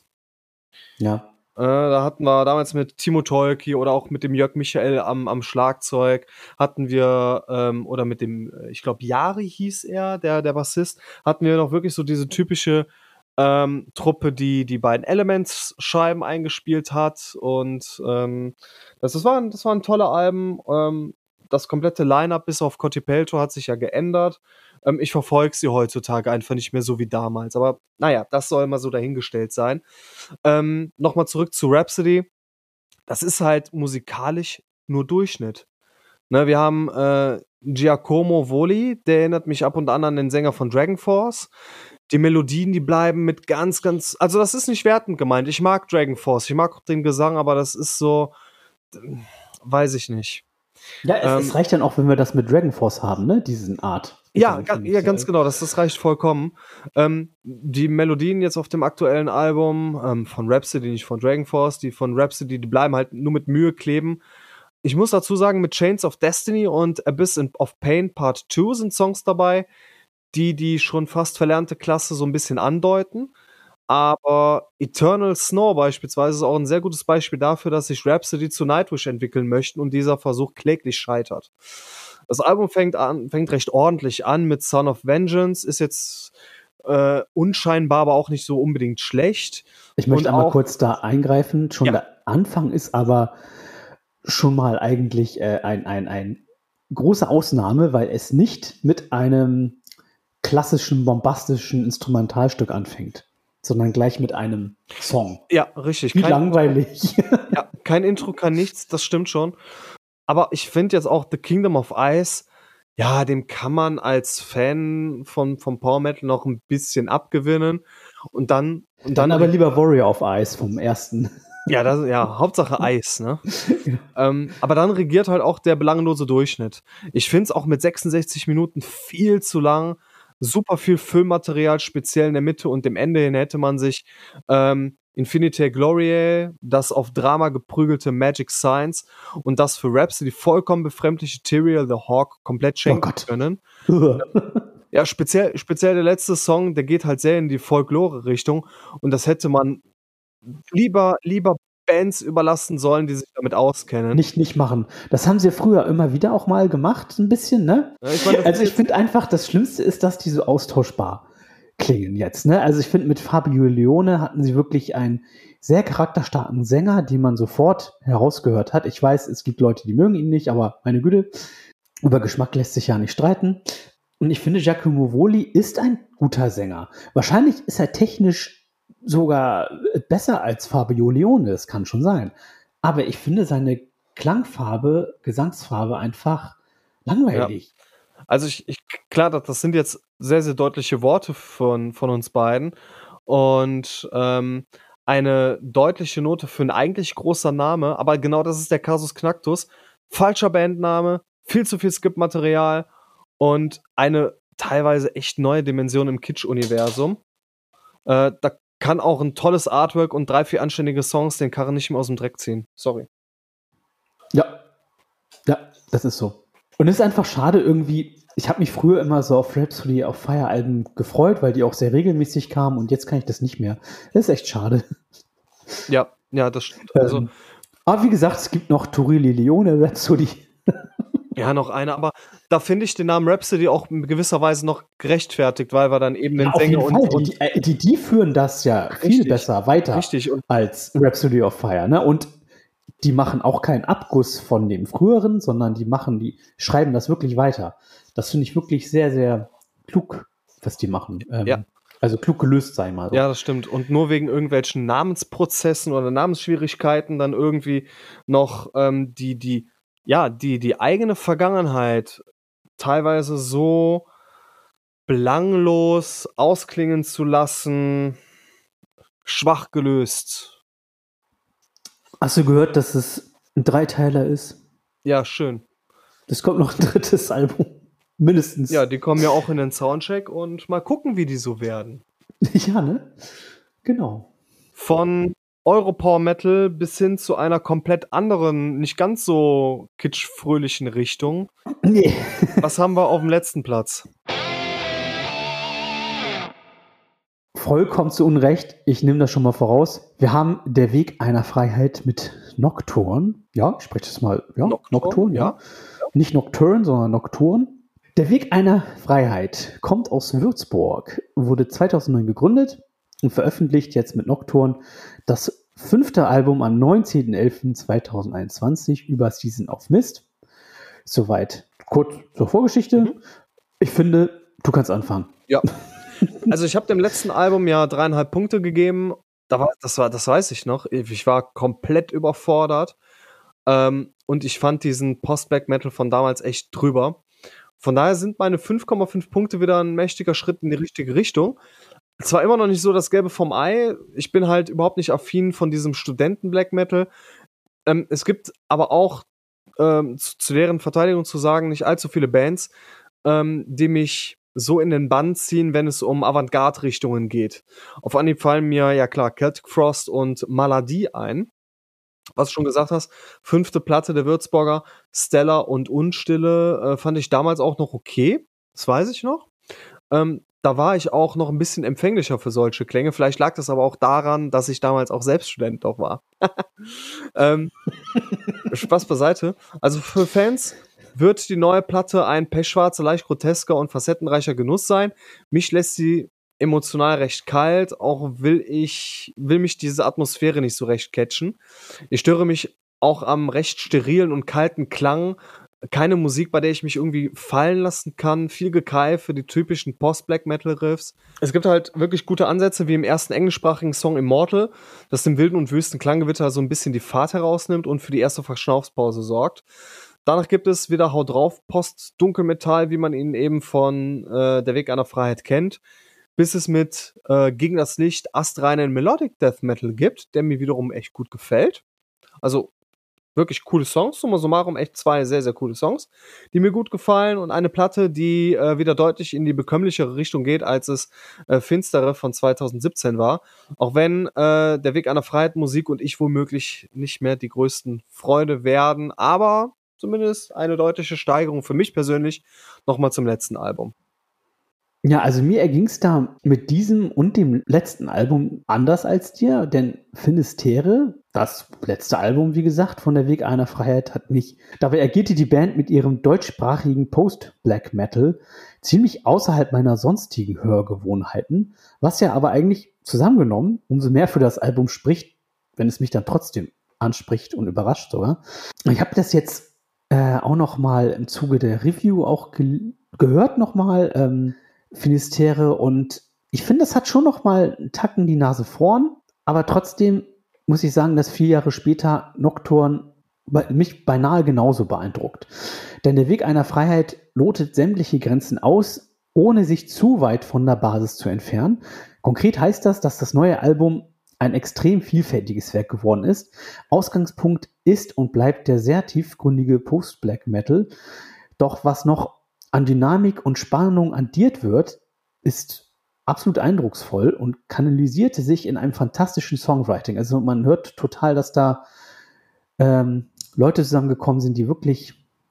Ja. Äh, da hatten wir damals mit Timo Tolki oder auch mit dem Jörg Michael am, am Schlagzeug, hatten wir, ähm, oder mit dem, ich glaube, Jari hieß er, der, der Bassist, hatten wir noch wirklich so diese typische ähm, Truppe, die die beiden Elements-Scheiben eingespielt hat. Und ähm, das, das, waren, das waren tolle Alben. Ähm, das komplette Line-Up bis auf Kotipelto hat sich ja geändert. Ähm, ich verfolge sie heutzutage einfach nicht mehr so wie damals. Aber naja, das soll mal so dahingestellt sein. Ähm, Nochmal zurück zu Rhapsody. Das ist halt musikalisch nur Durchschnitt. Ne, wir haben äh, Giacomo Voli, der erinnert mich ab und an an den Sänger von Dragon Force. Die Melodien, die bleiben mit ganz, ganz, also das ist nicht wertend gemeint. Ich mag Dragon Force, ich mag auch den Gesang, aber das ist so, weiß ich nicht. Ja, es, Ähm, es reicht dann auch, wenn wir das mit Dragon Force haben, ne? Diesen Art. Ja, ga, ja, ganz genau, das, das reicht vollkommen. Ähm, die Melodien jetzt auf dem aktuellen Album ähm, von Rhapsody, nicht von Dragon Force, die von Rhapsody, die bleiben halt nur mit Mühe kleben. Ich muss dazu sagen, mit Chains of Destiny und Abyss of Pain Part zwei sind Songs dabei, die die schon fast verlernte Klasse so ein bisschen andeuten. Aber Eternal Snow beispielsweise ist auch ein sehr gutes Beispiel dafür, dass sich Rhapsody zu Nightwish entwickeln möchten und dieser Versuch kläglich scheitert. Das Album fängt an, fängt recht ordentlich an mit Son of Vengeance, ist jetzt äh, unscheinbar, aber auch nicht so unbedingt schlecht. Ich möchte Und einmal auch, kurz da eingreifen. Schon Ja. der Anfang ist aber schon mal eigentlich äh, ein, ein, ein große Ausnahme, weil es nicht mit einem klassischen, bombastischen Instrumentalstück anfängt, sondern gleich mit einem Song. Ja, richtig. Wie Kein langweilig. Ja, kein Intro, kein nichts, das stimmt schon. Aber ich finde jetzt auch The Kingdom of Ice, ja, dem kann man als Fan von, vom Power Metal noch ein bisschen abgewinnen. Und dann. Und Dann dann aber lieber Warrior of Ice vom ersten. Ja, das, ja, Hauptsache Eis, ne? ähm, aber dann regiert halt auch der belanglose Durchschnitt. Ich finde es auch mit sechsundsechzig Minuten viel zu lang. Super viel Füllmaterial, speziell in der Mitte und dem Ende hin hätte man sich ähm, Infinite Gloriae, das auf Drama geprügelte Magic Science und das für Rhapsody vollkommen befremdliche Tyrael the Hawk komplett schenken Oh können. Ja, speziell, speziell der letzte Song, der geht halt sehr in die Folklore-Richtung und das hätte man lieber, lieber Bands überlassen sollen, die sich damit auskennen. Nicht, nicht machen. Das haben sie ja früher immer wieder auch mal gemacht, ein bisschen, ne? Ja, ich mein, also ich finde einfach, das Schlimmste ist, dass die so austauschbar klingen jetzt, ne? Also ich finde, mit Fabio Leone hatten sie wirklich einen sehr charakterstarken Sänger, den man sofort herausgehört hat. Ich weiß, es gibt Leute, die mögen ihn nicht, aber meine Güte, über Geschmack lässt sich ja nicht streiten. Und ich finde, Giacomo Voli ist ein guter Sänger. Wahrscheinlich ist er technisch sogar besser als Fabio Leone, es kann schon sein. Aber ich finde seine Klangfarbe, Gesangsfarbe einfach langweilig. Ja. Also ich, ich klar, das, das sind jetzt sehr, sehr deutliche Worte von, von uns beiden. Und ähm, eine deutliche Note für ein eigentlich großer Name, aber genau das ist der Kasus Knacktus. Falscher Bandname, viel zu viel Skip-Material und eine teilweise echt neue Dimension im Kitsch-Universum. Äh, da kann auch ein tolles Artwork und drei, vier anständige Songs den Karren nicht mehr aus dem Dreck ziehen. Sorry. Ja. Ja, das ist so. Und es ist einfach schade irgendwie, ich habe mich früher immer so auf Rhapsody, auf Fire-Alben gefreut, weil die auch sehr regelmäßig kamen und jetzt kann ich das nicht mehr. Das ist echt schade. Ja, ja, das stimmt. Also, ähm, aber wie gesagt, es gibt noch Turilli Leone Rhapsody. Ja, noch eine, aber da finde ich den Namen Rhapsody auch in gewisser Weise noch gerechtfertigt, weil wir dann eben den ja, Sänger und, und die, die, die, die führen das ja richtig, viel besser weiter richtig. Und als Rhapsody of Fire, ne? Und die machen auch keinen Abguss von dem früheren, sondern die machen, die schreiben das wirklich weiter. Das finde ich wirklich sehr, sehr klug, was die machen. Ähm, ja. Also klug gelöst sein mal. So. Ja, das stimmt. Und nur wegen irgendwelchen Namensprozessen oder Namensschwierigkeiten dann irgendwie noch ähm, die, die, ja, die, die eigene Vergangenheit teilweise so belanglos ausklingen zu lassen, schwach gelöst. Hast du gehört, dass es ein Dreiteiler ist? Ja, schön. Es kommt noch ein drittes Album. Mindestens. Ja, die kommen ja auch in den Soundcheck und mal gucken, wie die so werden. Ja, ne? Genau. Von Europower Metal bis hin zu einer komplett anderen, nicht ganz so kitschfröhlichen Richtung. Nee. Was haben wir auf dem letzten Platz? Vollkommen zu Unrecht. Ich nehme das schon mal voraus. Wir haben Der Weg einer Freiheit mit Nocturne. Ja, ich spreche das mal. Ja, Nocturne, Nocturne, ja. ja. Nicht Nocturne, sondern Nocturne. Der Weg einer Freiheit kommt aus Würzburg, wurde zweitausendneun gegründet und veröffentlicht jetzt mit Nocturne das fünfte Album am neunzehnten elften zweitausendeinundzwanzig über Season of Mist. Soweit kurz zur Vorgeschichte. Mhm. Ich finde, du kannst anfangen. Ja. Also ich habe dem letzten Album ja dreieinhalb Punkte gegeben. Da war, das, war, das weiß ich noch. Ich war komplett überfordert. Ähm, und ich fand diesen Post-Black Metal von damals echt drüber. Von daher sind meine fünf Komma fünf Punkte wieder ein mächtiger Schritt in die richtige Richtung. Zwar immer noch nicht so das Gelbe vom Ei. Ich bin halt überhaupt nicht affin von diesem Studenten-Black Metal. Ähm, es gibt aber auch, ähm, zu, zu deren Verteidigung zu sagen, nicht allzu viele Bands, ähm, die mich so in den Bann ziehen, wenn es um Avantgarde-Richtungen geht. Auf Anhieb fallen mir, ja klar, Celtic Frost und Maladie ein. Was du schon gesagt hast, fünfte Platte der Würzburger, Stellar und Unstille, äh, fand ich damals auch noch okay. Das weiß ich noch. Ähm, da war ich auch noch ein bisschen empfänglicher für solche Klänge. Vielleicht lag das aber auch daran, dass ich damals auch selbst Student doch war. ähm, Spaß beiseite. Also für Fans wird die neue Platte ein pechschwarzer, leicht grotesker und facettenreicher Genuss sein. Mich lässt sie emotional recht kalt, auch will ich, will mich diese Atmosphäre nicht so recht catchen. Ich störe mich auch am recht sterilen und kalten Klang. Keine Musik, bei der ich mich irgendwie fallen lassen kann. Viel Gekei für die typischen Post-Black-Metal-Riffs. Es gibt halt wirklich gute Ansätze, wie im ersten englischsprachigen Song Immortal, das dem wilden und wüsten Klanggewitter so ein bisschen die Fahrt herausnimmt und für die erste Verschnaufspause sorgt. Danach gibt es wieder Hau drauf Post-Dunkelmetall, wie man ihn eben von äh, Der Weg einer Freiheit kennt, bis es mit äh, Gegen das Licht astreinen Melodic Death Metal gibt, der mir wiederum echt gut gefällt. Also wirklich coole Songs, summa summarum echt zwei sehr, sehr coole Songs, die mir gut gefallen und eine Platte, die äh, wieder deutlich in die bekömmlichere Richtung geht, als es äh, Finstere von zweitausendsiebzehn war. Auch wenn äh, Der Weg einer Freiheit Musik und ich womöglich nicht mehr die größten Freude werden, aber zumindest eine deutliche Steigerung für mich persönlich nochmal zum letzten Album. Ja, also mir erging es da mit diesem und dem letzten Album anders als dir, denn Finistere, das letzte Album, wie gesagt, von Der Weg einer Freiheit, hat mich, dabei agierte die Band mit ihrem deutschsprachigen Post-Black Metal ziemlich außerhalb meiner sonstigen Hörgewohnheiten, was ja aber eigentlich zusammengenommen umso mehr für das Album spricht, wenn es mich dann trotzdem anspricht und überrascht sogar. Ich habe das jetzt äh, auch noch mal im Zuge der Review auch ge- gehört noch mal, ähm, Finistere, und ich finde, das hat schon noch mal einen Tacken die Nase vorn, aber trotzdem muss ich sagen, dass vier Jahre später Nocturne mich beinahe genauso beeindruckt. Denn Der Weg einer Freiheit lotet sämtliche Grenzen aus, ohne sich zu weit von der Basis zu entfernen. Konkret heißt das, dass das neue Album ein extrem vielfältiges Werk geworden ist. Ausgangspunkt ist und bleibt der sehr tiefgründige Post-Black Metal. Doch was noch an Dynamik und Spannung addiert wird, ist absolut eindrucksvoll und kanalisierte sich in einem fantastischen Songwriting. Also man hört total, dass da ähm, Leute zusammengekommen sind, die wirklich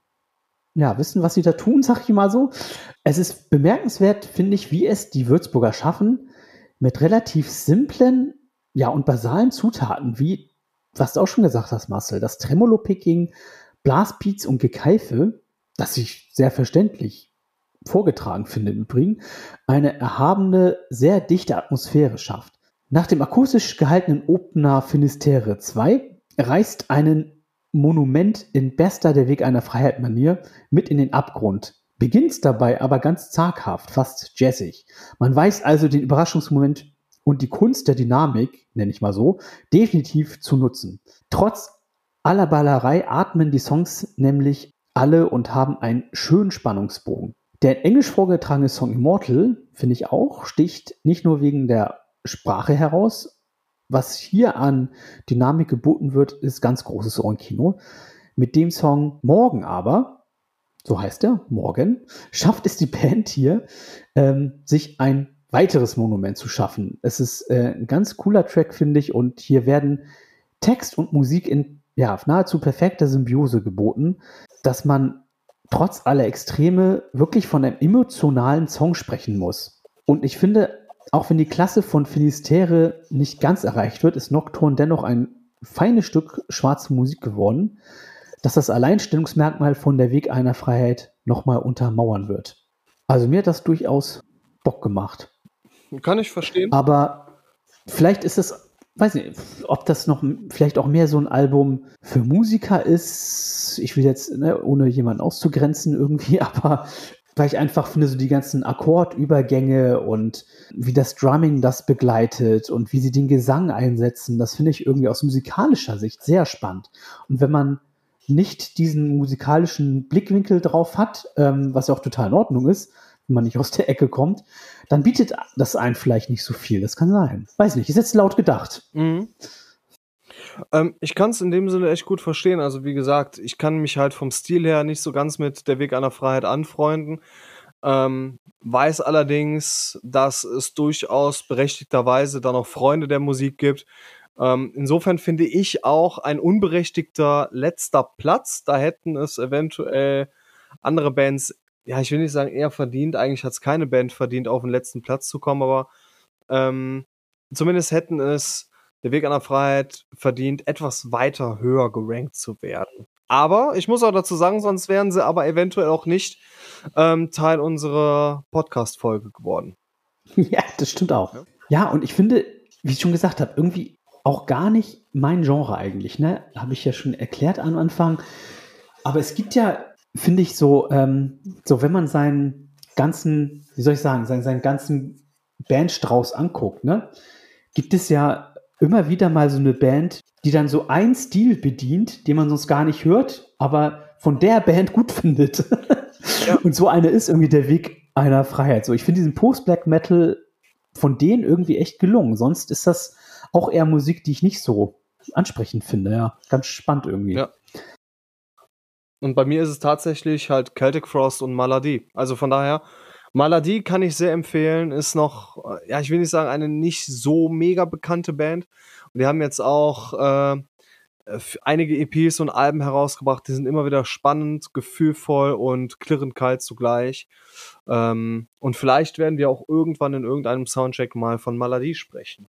ja, wissen, was sie da tun, sag ich mal so. Es ist bemerkenswert, finde ich, wie es die Würzburger schaffen, mit relativ simplen, ja, und basalen Zutaten, wie, was du auch schon gesagt hast, Marcel, das Tremolo-Picking, Blastbeats und Gekeife, das ich sehr verständlich vorgetragen finde im Übrigen, eine erhabene, sehr dichte Atmosphäre schafft. Nach dem akustisch gehaltenen Opener Finistere zwei reißt einen Monument in bester Der Weg einer Freiheit-Manier mit in den Abgrund. Beginnt dabei aber ganz zaghaft, fast jazzig. Man weiß also den Überraschungsmoment und die Kunst der Dynamik, nenne ich mal so, definitiv zu nutzen. Trotz aller Ballerei atmen die Songs nämlich alle und haben einen schönen Spannungsbogen. Der in Englisch vorgetragene Song Immortal, finde ich auch, sticht nicht nur wegen der Sprache heraus. Was hier an Dynamik geboten wird, ist ganz großes Ohrenkino. Mit dem Song Morgen aber so heißt er, Morgan, schafft es die Band hier, ähm, sich ein weiteres Monument zu schaffen. Es ist äh, ein ganz cooler Track, finde ich, und hier werden Text und Musik in ja, nahezu perfekter Symbiose geboten, dass man trotz aller Extreme wirklich von einem emotionalen Song sprechen muss. Und ich finde, auch wenn die Klasse von Finisterre nicht ganz erreicht wird, ist Nocturne dennoch ein feines Stück schwarze Musik geworden, dass das Alleinstellungsmerkmal von der Weg einer Freiheit nochmal untermauern wird. Also mir hat das durchaus Bock gemacht. Kann ich verstehen. Aber vielleicht ist es, weiß nicht, ob das noch vielleicht auch mehr so ein Album für Musiker ist. Ich will jetzt, ne, ohne jemanden auszugrenzen irgendwie, aber weil ich einfach finde, so die ganzen Akkordübergänge und wie das Drumming das begleitet und wie sie den Gesang einsetzen, das finde ich irgendwie aus musikalischer Sicht sehr spannend. Und wenn man nicht diesen musikalischen Blickwinkel drauf hat, ähm, was ja auch total in Ordnung ist, wenn man nicht aus der Ecke kommt, dann bietet das einen vielleicht nicht so viel. Das kann sein. Weiß nicht, ist jetzt laut gedacht. Mhm. Ähm, ich kann es in dem Sinne echt gut verstehen. Also wie gesagt, ich kann mich halt vom Stil her nicht so ganz mit der Weg einer Freiheit anfreunden. Ähm, weiß allerdings, dass es durchaus berechtigterweise da noch Freunde der Musik gibt. Ähm, insofern finde ich auch ein unberechtigter letzter Platz. Da hätten es eventuell andere Bands, ja, ich will nicht sagen eher verdient. Eigentlich hat es keine Band verdient, auf den letzten Platz zu kommen, aber ähm, zumindest hätten es der Weg einer Freiheit verdient, etwas weiter höher gerankt zu werden. Aber ich muss auch dazu sagen, sonst wären sie aber eventuell auch nicht ähm, Teil unserer Podcast-Folge geworden. Ja, das stimmt auch. Ja, ja, und ich finde, wie ich schon gesagt habe, irgendwie auch gar nicht mein Genre eigentlich, ne? Habe ich ja schon erklärt am Anfang. Aber es gibt ja, finde ich, so, ähm, so wenn man seinen ganzen, wie soll ich sagen, seinen, seinen ganzen Bandstrauß anguckt, ne? Gibt es ja immer wieder mal so eine Band, die dann so einen Stil bedient, den man sonst gar nicht hört, aber von der Band gut findet. Ja. Und so eine ist irgendwie der Weg einer Freiheit. So, ich finde diesen Post-Black Metal von denen irgendwie echt gelungen. Sonst ist das auch eher Musik, die ich nicht so ansprechend finde. Ja, ganz spannend irgendwie. Ja. Und bei mir ist es tatsächlich halt Celtic Frost und Maladie. Also von daher, Maladie kann ich sehr empfehlen, ist noch, ja, ich will nicht sagen, eine nicht so mega bekannte Band. Und die haben jetzt auch äh, einige E Ps und Alben herausgebracht, die sind immer wieder spannend, gefühlvoll und klirrend kalt zugleich. Ähm, und vielleicht werden wir auch irgendwann in irgendeinem Soundcheck mal von Maladie sprechen.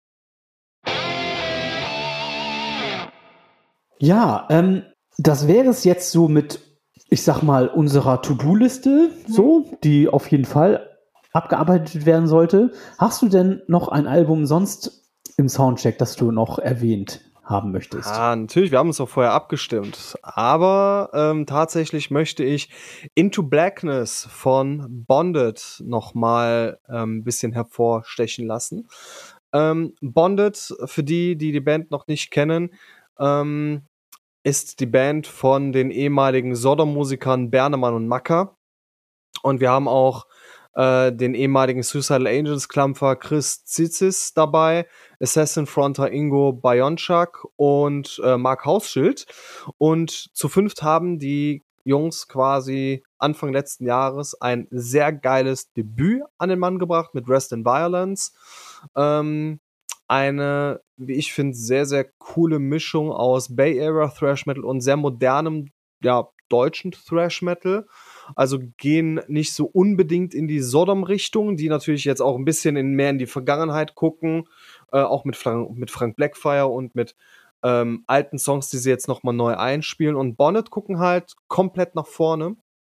Ja, ähm, das wäre es jetzt so mit, ich sag mal, unserer To-Do-Liste, so, die auf jeden Fall abgearbeitet werden sollte. Hast du denn noch ein Album sonst im Soundcheck, das du noch erwähnt haben möchtest? Ah, natürlich, wir haben uns auch vorher abgestimmt. Aber ähm, tatsächlich möchte ich Into Blackness von Bonded nochmal ein ähm, bisschen hervorstechen lassen. Ähm, Bonded, für die, die die Band noch nicht kennen, ähm, ist die Band von den ehemaligen Sodom-Musikern Bernemann und Macker. Und wir haben auch äh, den ehemaligen Suicidal Angels-Klampfer Chris Zizis dabei, Assassin-Fronter Ingo Bajonczak und äh, Mark Hausschild. Und zu fünft haben die Jungs quasi Anfang letzten Jahres ein sehr geiles Debüt an den Mann gebracht mit Rest in Violence. Ähm, eine, wie ich finde, sehr, sehr coole Mischung aus Bay Area Thrash Metal und sehr modernem, ja, deutschen Thrash Metal. Also gehen nicht so unbedingt in die Sodom-Richtung, die natürlich jetzt auch ein bisschen in, mehr in die Vergangenheit gucken, äh, auch mit, Frank, mit Frank Blackfire und mit ähm, alten Songs, die sie jetzt nochmal neu einspielen. Und Bonnet gucken halt komplett nach vorne.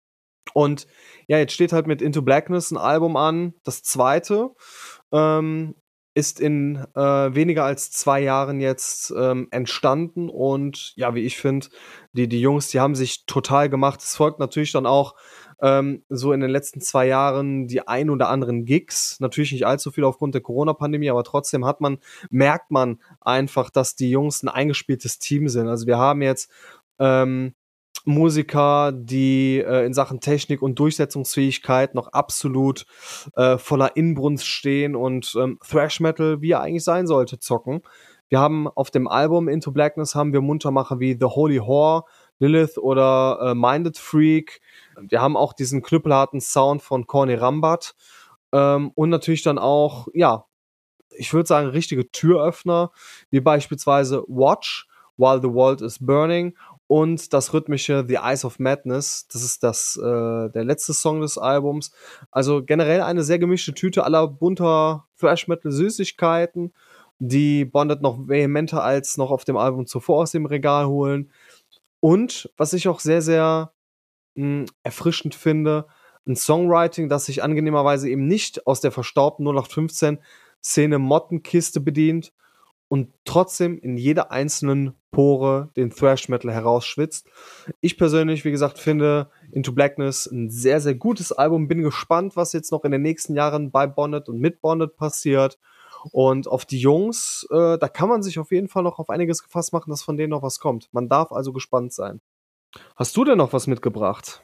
Und ja, jetzt steht halt mit Into Blackness ein Album an, das zweite. Ähm, ist in äh, weniger als zwei Jahren jetzt ähm, entstanden und ja, wie ich finde, die, die Jungs, die haben sich total gemacht. Es folgt natürlich dann auch ähm, so in den letzten zwei Jahren die ein oder anderen Gigs. Natürlich nicht allzu viel aufgrund der Corona-Pandemie, aber trotzdem hat man, merkt man einfach, dass die Jungs ein eingespieltes Team sind. Also wir haben jetzt ähm, Musiker, die äh, in Sachen Technik und Durchsetzungsfähigkeit noch absolut äh, voller Inbrunst stehen und ähm, Thrash Metal, wie er eigentlich sein sollte, zocken. Wir haben auf dem Album Into Blackness haben wir Muntermacher wie The Holy Whore, Lilith oder äh, Minded Freak. Wir haben auch diesen knüppelharten Sound von Corny Rambat. Ähm, und natürlich dann auch, ja, ich würde sagen, richtige Türöffner, wie beispielsweise Watch, While the World is Burning und das rhythmische The Eyes of Madness. Das ist das, äh, der letzte Song des Albums. Also generell eine sehr gemischte Tüte aller bunter Thrash-Metal-Süßigkeiten, die Bonded noch vehementer als noch auf dem Album zuvor aus dem Regal holen. Und was ich auch sehr, sehr mh, erfrischend finde, ein Songwriting, das sich angenehmerweise eben nicht aus der verstaubten null acht fünfzehn Szene Mottenkiste bedient und trotzdem in jeder einzelnen Pore den Thrash-Metal herausschwitzt. Ich persönlich, wie gesagt, finde Into Blackness ein sehr, sehr gutes Album. Bin gespannt, was jetzt noch in den nächsten Jahren bei Bonded und mit Bonded passiert. Und auf die Jungs, äh, da kann man sich auf jeden Fall noch auf einiges gefasst machen, dass von denen noch was kommt. Man darf also gespannt sein. Hast du denn noch was mitgebracht?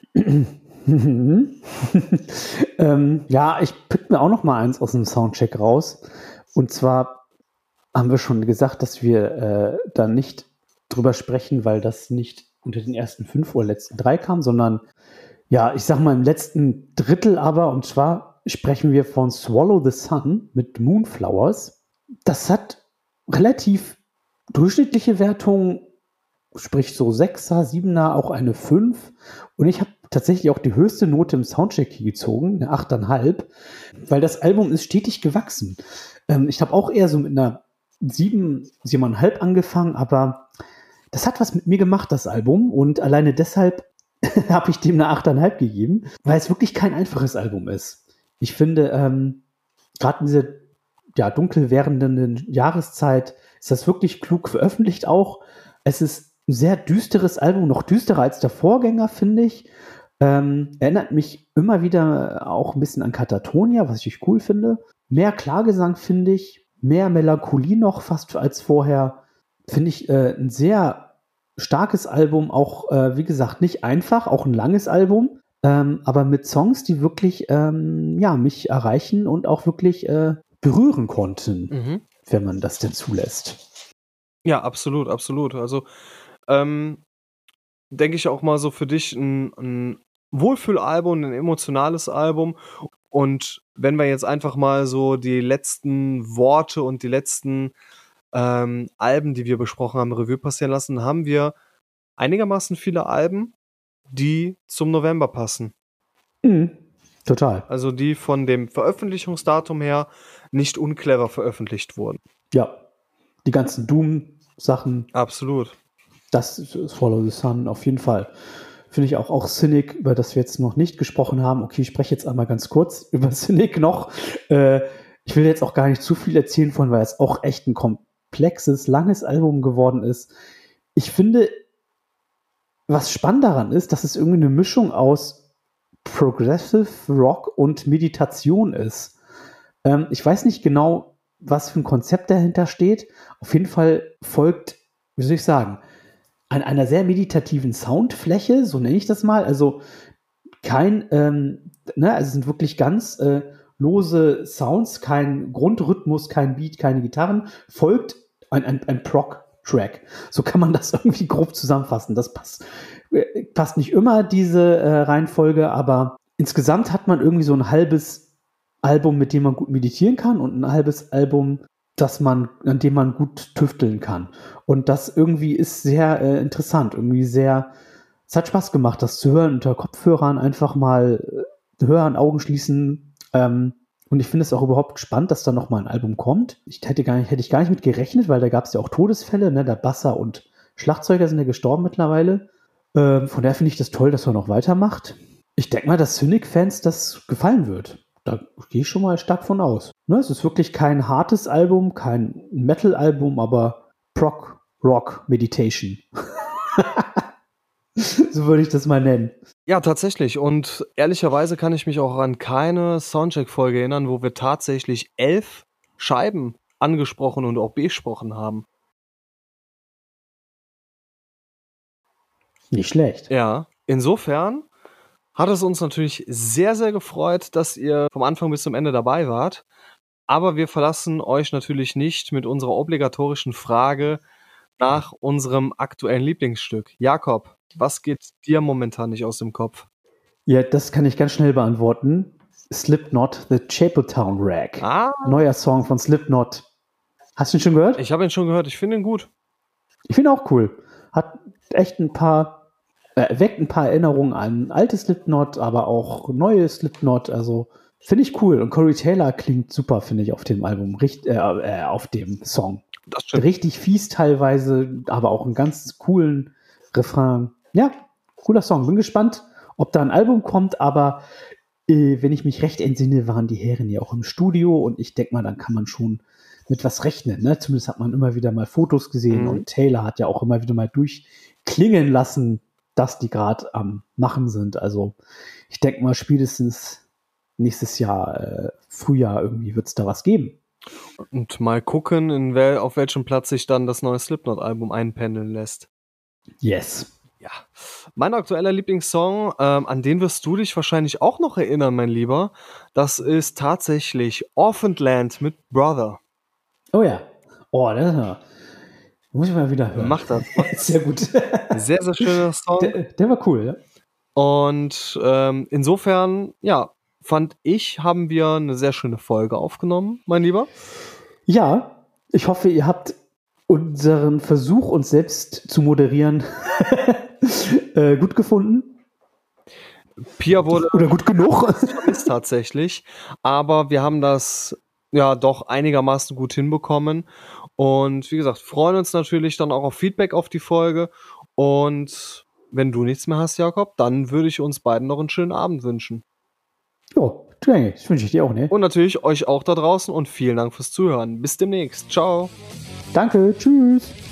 ähm, ja, ich pick mir auch noch mal eins aus dem Soundcheck raus. Und zwar haben wir schon gesagt, dass wir äh, da nicht drüber sprechen, weil das nicht unter den ersten fünf oder letzten drei kam, sondern ja, ich sag mal im letzten Drittel aber, und zwar sprechen wir von Swallow the Sun mit Moonflowers. Das hat relativ durchschnittliche Wertungen, sprich so sechser, siebener, auch eine fünf. Und ich habe tatsächlich auch die höchste Note im Soundcheck hier gezogen, eine acht Komma fünf, weil das Album ist stetig gewachsen. Ähm, ich habe auch eher so mit einer sieben, sieben Komma fünf angefangen, aber das hat was mit mir gemacht, das Album. Und alleine deshalb habe ich dem eine acht Komma fünf gegeben, weil es wirklich kein einfaches Album ist. Ich finde, ähm, gerade in dieser ja, dunkel werdenden Jahreszeit ist das wirklich klug veröffentlicht auch. Es ist ein sehr düsteres Album, noch düsterer als der Vorgänger, finde ich. Ähm, erinnert mich immer wieder auch ein bisschen an Katatonia, was ich cool finde. Mehr Klagesang, finde ich. Mehr Melancholie noch fast als vorher. Finde ich äh, ein sehr starkes Album. Auch, äh, wie gesagt, nicht einfach. Auch ein langes Album. Ähm, aber mit Songs, die wirklich ähm, ja, mich erreichen und auch wirklich äh, berühren konnten, mhm. wenn man das denn zulässt. Ja, absolut, absolut. Also ähm, denke ich auch mal so für dich ein, ein Wohlfühlalbum, ein emotionales Album. Und wenn wir jetzt einfach mal so die letzten Worte und die letzten ähm, Alben, die wir besprochen haben, Revue passieren lassen, haben wir einigermaßen viele Alben, die zum November passen. Mhm, total. Also die von dem Veröffentlichungsdatum her nicht unclever veröffentlicht wurden. Ja, die ganzen Doom-Sachen. Absolut. Das ist Follow the Sun auf jeden Fall. Finde ich auch, auch Cynic, über das wir jetzt noch nicht gesprochen haben. Okay, ich spreche jetzt einmal ganz kurz über Cynic noch. Äh, ich will jetzt auch gar nicht zu viel erzählen von, weil es auch echt ein komplexes, langes Album geworden ist. Ich finde, was spannend daran ist, dass es irgendwie eine Mischung aus Progressive Rock und Meditation ist. Ähm, ich weiß nicht genau, was für ein Konzept dahinter steht. Auf jeden Fall folgt, wie soll ich sagen, an einer sehr meditativen Soundfläche, so nenne ich das mal. Also kein, ähm, ne, also es sind wirklich ganz äh, lose Sounds, kein Grundrhythmus, kein Beat, keine Gitarren, folgt ein, ein, ein Prog-Track. So kann man das irgendwie grob zusammenfassen. Das passt, äh, passt nicht immer, diese äh, Reihenfolge, aber insgesamt hat man irgendwie so ein halbes Album, mit dem man gut meditieren kann und ein halbes Album, dass man, an dem man gut tüfteln kann. Und das irgendwie ist sehr äh, interessant, irgendwie sehr, es hat Spaß gemacht, das zu hören, unter Kopfhörern einfach mal äh, hören, Augen schließen. Ähm, und ich finde es auch überhaupt spannend, dass da nochmal ein Album kommt. Ich hätte gar nicht, hätte ich gar nicht mit gerechnet, weil da gab es ja auch Todesfälle, ne? Der Basser und Schlagzeuger sind ja gestorben mittlerweile. Ähm, von daher finde ich das toll, dass er noch weitermacht. Ich denke mal, dass Cynic-Fans das gefallen wird. Da gehe ich schon mal stark von aus. Ne, es ist wirklich kein hartes Album, kein Metal-Album, aber Prog, Rock, Meditation. So würde ich das mal nennen. Ja, tatsächlich. Und ehrlicherweise kann ich mich auch an keine Soundcheck-Folge erinnern, wo wir tatsächlich elf Scheiben angesprochen und auch besprochen haben. Nicht schlecht. Ja, insofern hat es uns natürlich sehr, sehr gefreut, dass ihr vom Anfang bis zum Ende dabei wart. Aber wir verlassen euch natürlich nicht mit unserer obligatorischen Frage nach unserem aktuellen Lieblingsstück. Jakob, was geht dir momentan nicht aus dem Kopf? Ja, das kann ich ganz schnell beantworten. Slipknot, The Chapeltown Rag. Ah. Neuer Song von Slipknot. Hast du ihn schon gehört? Ich habe ihn schon gehört. Ich finde ihn gut. Ich finde ihn auch cool. Hat echt ein paar, äh, weckt ein paar Erinnerungen an alte Slipknot, aber auch neue Slipknot. Also finde ich cool. Und Corey Taylor klingt super, finde ich, auf dem Album, Richt, äh, äh, auf dem Song. Das stimmt. Richtig fies teilweise, aber auch einen ganz coolen Refrain. Ja, cooler Song. Bin gespannt, ob da ein Album kommt, aber äh, wenn ich mich recht entsinne, waren die Herren ja auch im Studio und ich denke mal, dann kann man schon mit was rechnen. Ne? Zumindest hat man immer wieder mal Fotos gesehen mhm. und Taylor hat ja auch immer wieder mal durchklingen lassen, dass die gerade am Machen sind. Also ich denke mal, spätestens nächstes Jahr, äh, Frühjahr irgendwie wird es da was geben. Und mal gucken, in wel- auf welchem Platz sich dann das neue Slipknot-Album einpendeln lässt. Yes. Ja, mein aktueller Lieblingssong, ähm, an den wirst du dich wahrscheinlich auch noch erinnern, mein Lieber. Das ist tatsächlich Orphaned Land mit Brother. Oh ja. Oh, das muss ich mal wieder hören. Mach das. Sehr gut. Sehr, sehr schöner Song. Der, der war cool, ja. Und ähm, insofern, ja, fand ich, haben wir eine sehr schöne Folge aufgenommen, mein Lieber. Ja, ich hoffe, ihr habt unseren Versuch, uns selbst zu moderieren, äh, gut gefunden. Pia wurde oder gut genug. Ist tatsächlich, aber wir haben das ja doch einigermaßen gut hinbekommen und wie gesagt, freuen uns natürlich dann auch auf Feedback auf die Folge und wenn du nichts mehr hast, Jakob, dann würde ich uns beiden noch einen schönen Abend wünschen. Ja, das wünsche ich dir auch, ne? Und natürlich euch auch da draußen und vielen Dank fürs Zuhören. Bis demnächst. Ciao. Danke, tschüss.